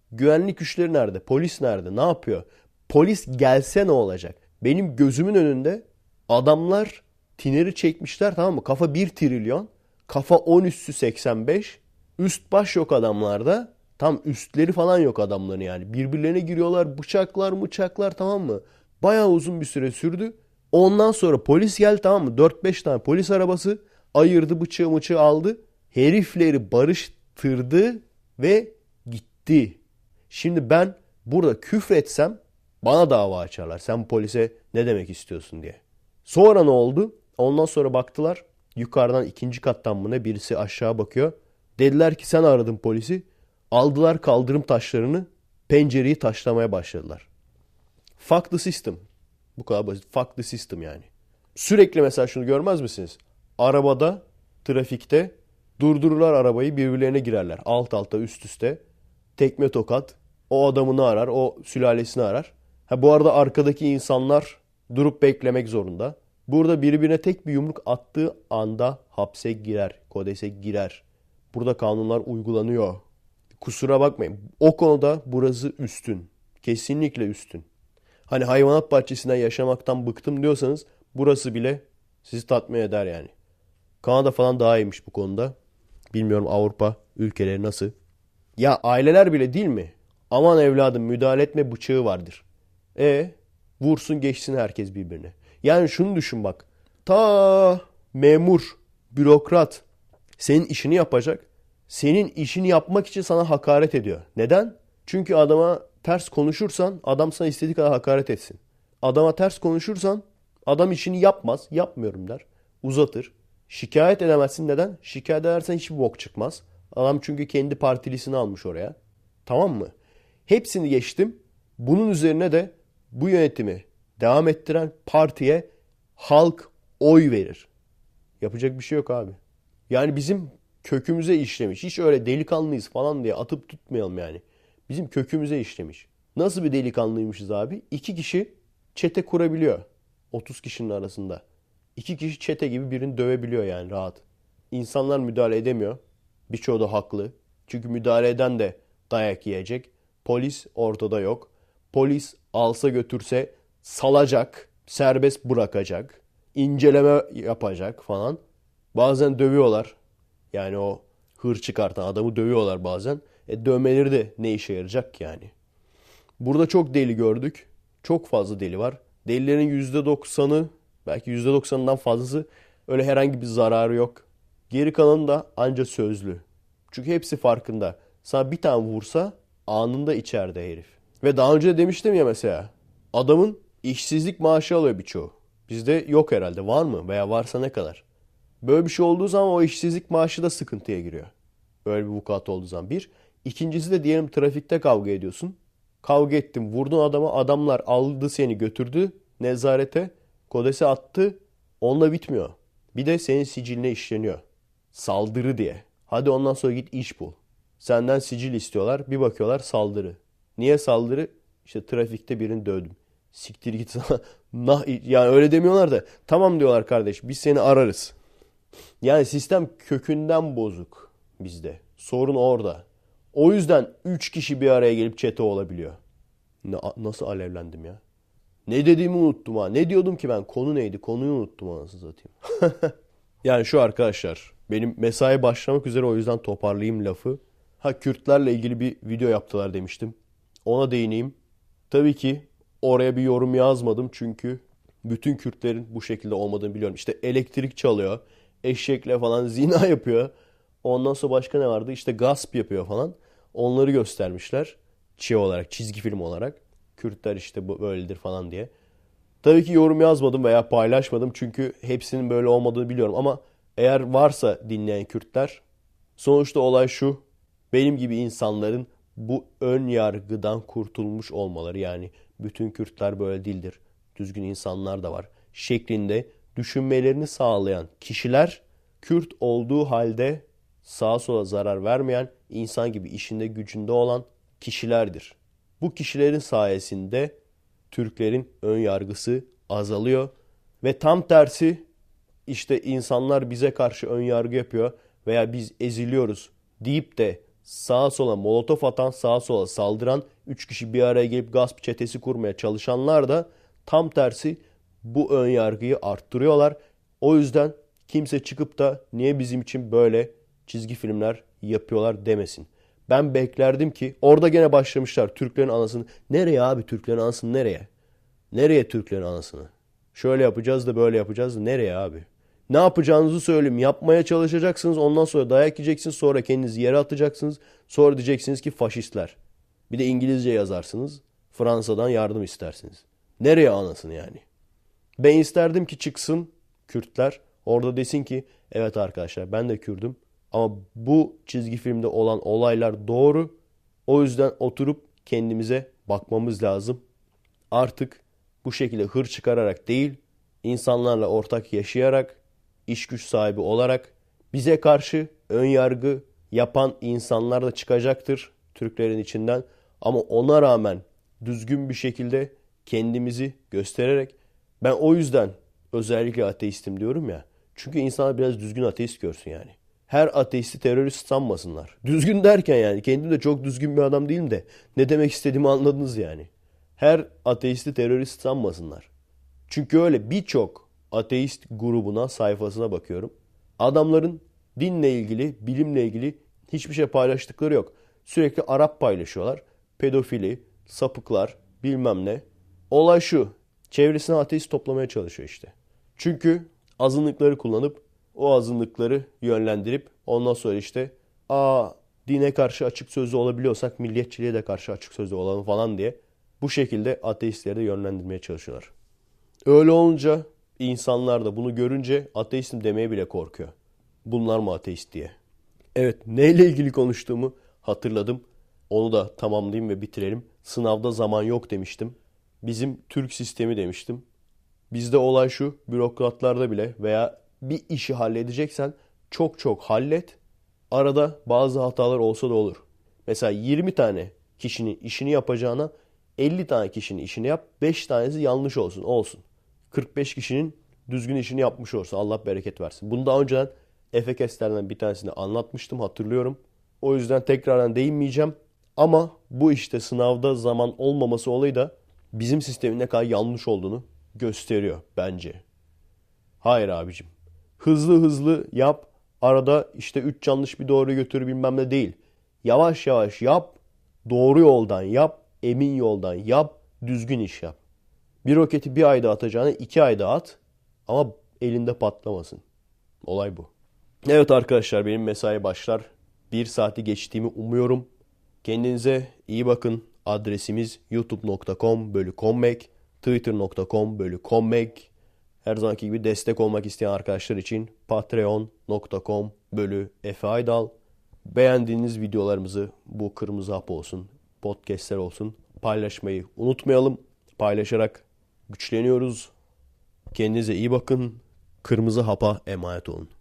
A: Güvenlik güçleri nerede? Polis nerede? Ne yapıyor? Polis gelse ne olacak? Benim gözümün önünde adamlar tineri çekmişler, tamam mı? Kafa 1 trilyon. Kafa 10 üssü 85. Üst baş yok adamlarda. Tam üstleri falan yok adamların yani. Birbirlerine giriyorlar. Bıçaklar tamam mı? Bayağı uzun bir süre sürdü. Ondan sonra polis geldi, tamam mı? 4-5 tane polis arabası ayırdı, bıçağı aldı. Herifleri barıştırdı ve gitti. Şimdi ben burada küfretsem bana dava açarlar. Sen polise ne demek istiyorsun diye. Sonra ne oldu? Ondan sonra baktılar. Yukarıdan 2. kattan mı ne birisi aşağı bakıyor. Dediler ki sen aradın polisi. Aldılar kaldırım taşlarını, pencereyi taşlamaya başladılar. Fuck the system. Bu kadar basit. Fuck the system yani. Sürekli mesela şunu görmez misiniz? Arabada, trafikte durdururlar arabayı, birbirlerine girerler. Alt alta, üst üste. Tekme tokat. O adamını arar, o sülalesini arar. Ha, bu arada arkadaki insanlar durup beklemek zorunda. Burada birbirine tek bir yumruk attığı anda hapse girer, kodese girer. Burada kanunlar uygulanıyor. Kusura bakmayın. O konuda burası üstün. Kesinlikle üstün. Hani hayvanat bahçesinden yaşamaktan bıktım diyorsanız burası bile sizi tatmin eder yani. Kanada falan daha iyiymiş bu konuda. Bilmiyorum Avrupa ülkeleri nasıl. Ya aileler bile değil mi? Aman evladım müdahale etme bıçağı vardır. Vursun geçsin herkes birbirine. Yani şunu düşün bak. Ta memur, bürokrat senin işini yapacak. Senin işini yapmak için sana hakaret ediyor. Neden? Çünkü adama ters konuşursan adam sana istediği kadar hakaret etsin. Adama ters konuşursan adam işini yapmaz. Yapmıyorum der. Uzatır. Şikayet edemezsin. Neden? Şikayet edersen hiçbir bok çıkmaz. Adam çünkü kendi partilisini almış oraya. Tamam mı? Hepsini geçtim. Bunun üzerine de bu yönetimi devam ettiren partiye halk oy verir. Yapacak bir şey yok abi. Yani bizim kökümüze işlemiş. Hiç öyle delikanlıyız falan diye atıp tutmayalım yani. Bizim kökümüze işlemiş. Nasıl bir delikanlıymışız abi? 2 kişi çete kurabiliyor. 30 kişinin arasında. 2 kişi çete gibi birini dövebiliyor yani rahat. İnsanlar müdahale edemiyor. Birçoğu da haklı. Çünkü müdahale eden de dayak yiyecek. Polis ortada yok. Polis alsa götürse salacak, serbest bırakacak, inceleme yapacak falan. Bazen dövüyorlar. Yani o hır çıkartan adamı dövüyorlar bazen. Dövmeleri de ne işe yarayacak yani. Burada çok deli gördük. Çok fazla deli var. Delilerin %90'ı, belki %90'ından fazlası öyle herhangi bir zararı yok. Geri kalanı da anca sözlü. Çünkü hepsi farkında. Sana bir tane vursa anında içeride herif. Ve daha önce de demiştim ya mesela. Adamın işsizlik maaşı alıyor birçoğu. Bizde yok herhalde. Var mı? Veya varsa ne kadar? Böyle bir şey olduğu zaman o işsizlik maaşı da sıkıntıya giriyor. Böyle bir vukuat olduğu zaman. Bir. İkincisi de diyelim trafikte kavga ediyorsun. Kavga ettin, vurdun adama. Adamlar aldı seni götürdü nezarete. Kodese attı. Onunla bitmiyor. Bir de senin siciline işleniyor. Saldırı diye. Hadi ondan sonra git iş bul. Senden sicil istiyorlar. Bir bakıyorlar saldırı. Niye saldırı? İşte trafikte birini dövdüm. Siktir git sana. Yani öyle demiyorlar da. Tamam diyorlar kardeş biz seni ararız. Yani sistem kökünden bozuk bizde. Sorun orada. O yüzden 3 kişi bir araya gelip çete olabiliyor. Nasıl alevlendim ya? Ne dediğimi unuttum ha. Ne diyordum ki ben? Konu neydi? Konuyu unuttum anasını satayım. Yani şu arkadaşlar. Benim mesai başlamak üzere o yüzden toparlayayım lafı. Kürtlerle ilgili bir video yaptılar demiştim. Ona değineyim. Tabii ki oraya bir yorum yazmadım çünkü bütün Kürtlerin bu şekilde olmadığını biliyorum. İşte elektrik çalıyor, eşekle falan zina yapıyor. Ondan sonra başka ne vardı? İşte gasp yapıyor falan. Onları göstermişler. Olarak, çizgi film olarak. Kürtler işte böyledir falan diye. Tabii ki yorum yazmadım veya paylaşmadım çünkü hepsinin böyle olmadığını biliyorum. Ama eğer varsa dinleyen Kürtler, sonuçta olay şu. Benim gibi insanların bu ön yargıdan kurtulmuş olmaları, yani bütün Kürtler böyle değildir, düzgün insanlar da var şeklinde düşünmelerini sağlayan kişiler, Kürt olduğu halde sağa sola zarar vermeyen, insan gibi işinde gücünde olan kişilerdir. Bu kişilerin sayesinde Türklerin ön yargısı azalıyor ve tam tersi işte insanlar bize karşı ön yargı yapıyor veya biz eziliyoruz deyip de sağa sola molotof atan, sağa sola saldıran, 3 kişi bir araya gelip gasp çetesi kurmaya çalışanlar da tam tersi bu ön yargıyı arttırıyorlar. O yüzden kimse çıkıp da niye bizim için böyle çizgi filmler yapıyorlar demesin. Ben beklerdim ki orada gene başlamışlar Türklerin anasını. Nereye abi Türklerin anasını nereye? Nereye Türklerin anasını? Şöyle yapacağız da böyle yapacağız da nereye abi? Ne yapacağınızı söyleyeyim. Yapmaya çalışacaksınız. Ondan sonra dayak yiyeceksiniz. Sonra kendinizi yere atacaksınız. Sonra diyeceksiniz ki faşistler. Bir de İngilizce yazarsınız. Fransa'dan yardım istersiniz. Nereye anasını yani? Ben isterdim ki çıksın Kürtler. Orada desin ki evet arkadaşlar ben de Kürdüm. Ama bu çizgi filmde olan olaylar doğru. O yüzden oturup kendimize bakmamız lazım. Artık bu şekilde hır çıkararak değil, insanlarla ortak yaşayarak, iş güç sahibi olarak bize karşı ön yargı yapan insanlar da çıkacaktır Türklerin içinden. Ama ona rağmen düzgün bir şekilde kendimizi göstererek ben o yüzden özellikle ateistim diyorum ya. Çünkü insanlar biraz düzgün ateist görsün yani. Her ateisti terörist sanmasınlar. Düzgün derken yani kendim de çok düzgün bir adam değilim de ne demek istediğimi anladınız yani. Her ateisti terörist sanmasınlar. Çünkü öyle birçok ateist grubuna, sayfasına bakıyorum. Adamların dinle ilgili, bilimle ilgili hiçbir şey paylaştıkları yok. Sürekli Arap paylaşıyorlar. Pedofili, sapıklar, bilmem ne. Olay şu. Çevresine ateist toplamaya çalışıyor işte. Çünkü azınlıkları kullanıp o azınlıkları yönlendirip ondan sonra işte dine karşı açık sözlü olabiliyorsak milliyetçiliğe de karşı açık sözlü olalım falan diye bu şekilde ateistleri de yönlendirmeye çalışıyorlar. Öyle olunca insanlar da bunu görünce ateistim demeye bile korkuyor. Bunlar mı ateist diye. Evet, neyle ilgili konuştuğumu hatırladım. Onu da tamamlayayım ve bitirelim. Sınavda zaman yok demiştim. Bizim Türk sistemi demiştim. Bizde olay şu, bürokratlarda bile veya bir işi halledeceksen çok çok hallet. Arada bazı hatalar olsa da olur. Mesela 20 tane kişinin işini yapacağına 50 tane kişinin işini yap. 5 tanesi yanlış olsun. Olsun. 45 kişinin düzgün işini yapmış olsun. Allah bereket versin. Bunu daha önceden Efekeslerden bir tanesini anlatmıştım. Hatırlıyorum. O yüzden tekrardan değinmeyeceğim. Ama bu işte sınavda zaman olmaması olayı da bizim sistemin ne kadar yanlış olduğunu gösteriyor bence. Hayır abicim. Hızlı hızlı yap. Arada işte 3 yanlış bir doğru götür bilmem ne değil. Yavaş yavaş yap. Doğru yoldan yap. Emin yoldan yap. Düzgün iş yap. Bir roketi bir ayda atacağına 2 ayda at. Ama elinde patlamasın. Olay bu. Evet arkadaşlar benim mesai başlar. 1 saati geçtiğimi umuyorum. Kendinize iyi bakın. Adresimiz youtube.com/comeback, twitter.com/comeback. Her zamanki gibi destek olmak isteyen arkadaşlar için patreon.com/Efe Aydal. Beğendiğiniz videolarımızı bu kırmızı hap olsun, podcastler olsun paylaşmayı unutmayalım. Paylaşarak güçleniyoruz. Kendinize iyi bakın. Kırmızı hapa emanet olun.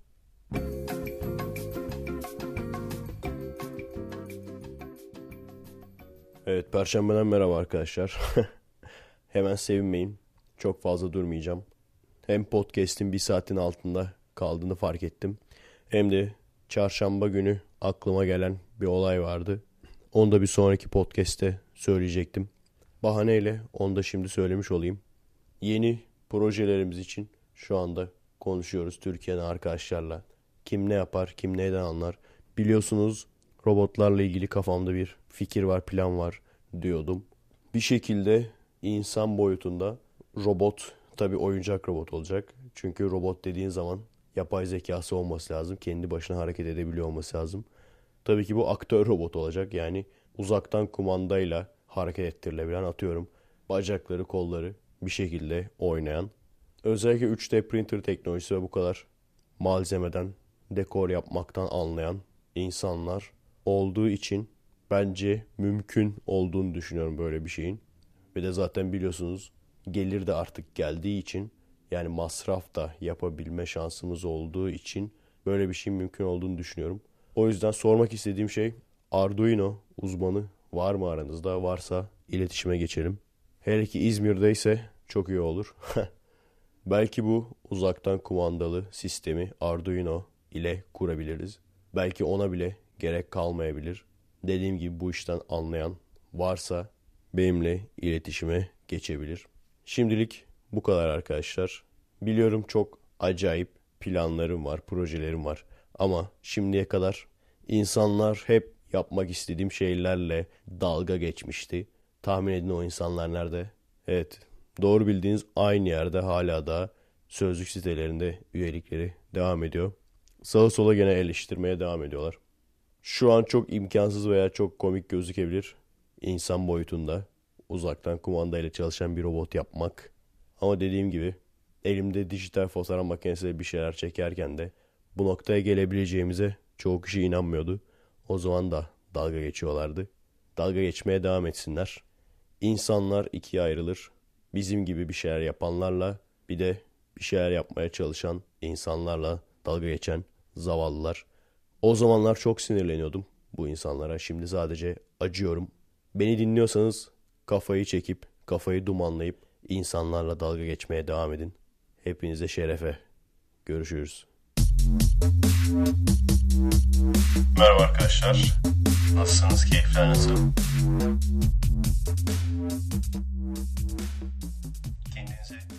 A: Evet, Perşembeden merhaba arkadaşlar. Hemen sevinmeyin. Çok fazla durmayacağım. Hem podcast'in 1 saatin altında kaldığını fark ettim. Hem de çarşamba günü aklıma gelen bir olay vardı. Onu da bir sonraki podcast'te söyleyecektim. Bahaneyle onu da şimdi söylemiş olayım. Yeni projelerimiz için şu anda konuşuyoruz Türkiye'nin arkadaşlarla. Kim ne yapar, kim neyden anlar. Biliyorsunuz robotlarla ilgili kafamda bir fikir var, plan var diyordum. Bir şekilde insan boyutunda robot, tabii oyuncak robot olacak. Çünkü robot dediğin zaman yapay zekası olması lazım. Kendi başına hareket edebiliyor olması lazım. Tabii ki bu aktör robot olacak. Yani uzaktan kumandayla hareket ettirilebilen, atıyorum bacakları, kolları bir şekilde oynayan. Özellikle 3D printer teknolojisi ve bu kadar malzemeden dekor yapmaktan anlayan insanlar olduğu için bence mümkün olduğunu düşünüyorum böyle bir şeyin. Ve de zaten biliyorsunuz gelir de artık geldiği için, yani masraf da yapabilme şansımız olduğu için böyle bir şeyin mümkün olduğunu düşünüyorum. O yüzden sormak istediğim şey, Arduino uzmanı var mı aranızda? Varsa iletişime geçelim. Hele ki İzmir'deyse çok iyi olur. Belki bu uzaktan kumandalı sistemi Arduino ile kurabiliriz. Belki ona bile gerek kalmayabilir. dediğim gibi bu işten anlayan varsa benimle iletişime geçebilir. Şimdilik bu kadar arkadaşlar. Biliyorum çok acayip planlarım var, projelerim var. Ama şimdiye kadar insanlar hep yapmak istediğim şeylerle dalga geçmişti. Tahmin edin o insanlar nerede? Evet, doğru bildiğiniz aynı yerde hala da sözlük sitelerinde üyelikleri devam ediyor. Sağa sola gene eleştirmeye devam ediyorlar. Şu an çok imkansız veya çok komik gözükebilir. İnsan boyutunda uzaktan kumandayla çalışan bir robot yapmak. Ama dediğim gibi elimde dijital fotoğraf makinesiyle bir şeyler çekerken de bu noktaya gelebileceğimize çoğu kişi inanmıyordu. O zaman da dalga geçiyorlardı. Dalga geçmeye devam etsinler. İnsanlar ikiye ayrılır. Bizim gibi bir şeyler yapanlarla bir de bir şeyler yapmaya çalışan insanlarla dalga geçen zavallılar. O zamanlar çok sinirleniyordum bu insanlara. Şimdi sadece acıyorum. Beni dinliyorsanız kafayı çekip, kafayı dumanlayıp insanlarla dalga geçmeye devam edin. Hepinize şerefe. Görüşürüz. Merhaba arkadaşlar. Nasılsınız? Keyifler nasıl? Kendinize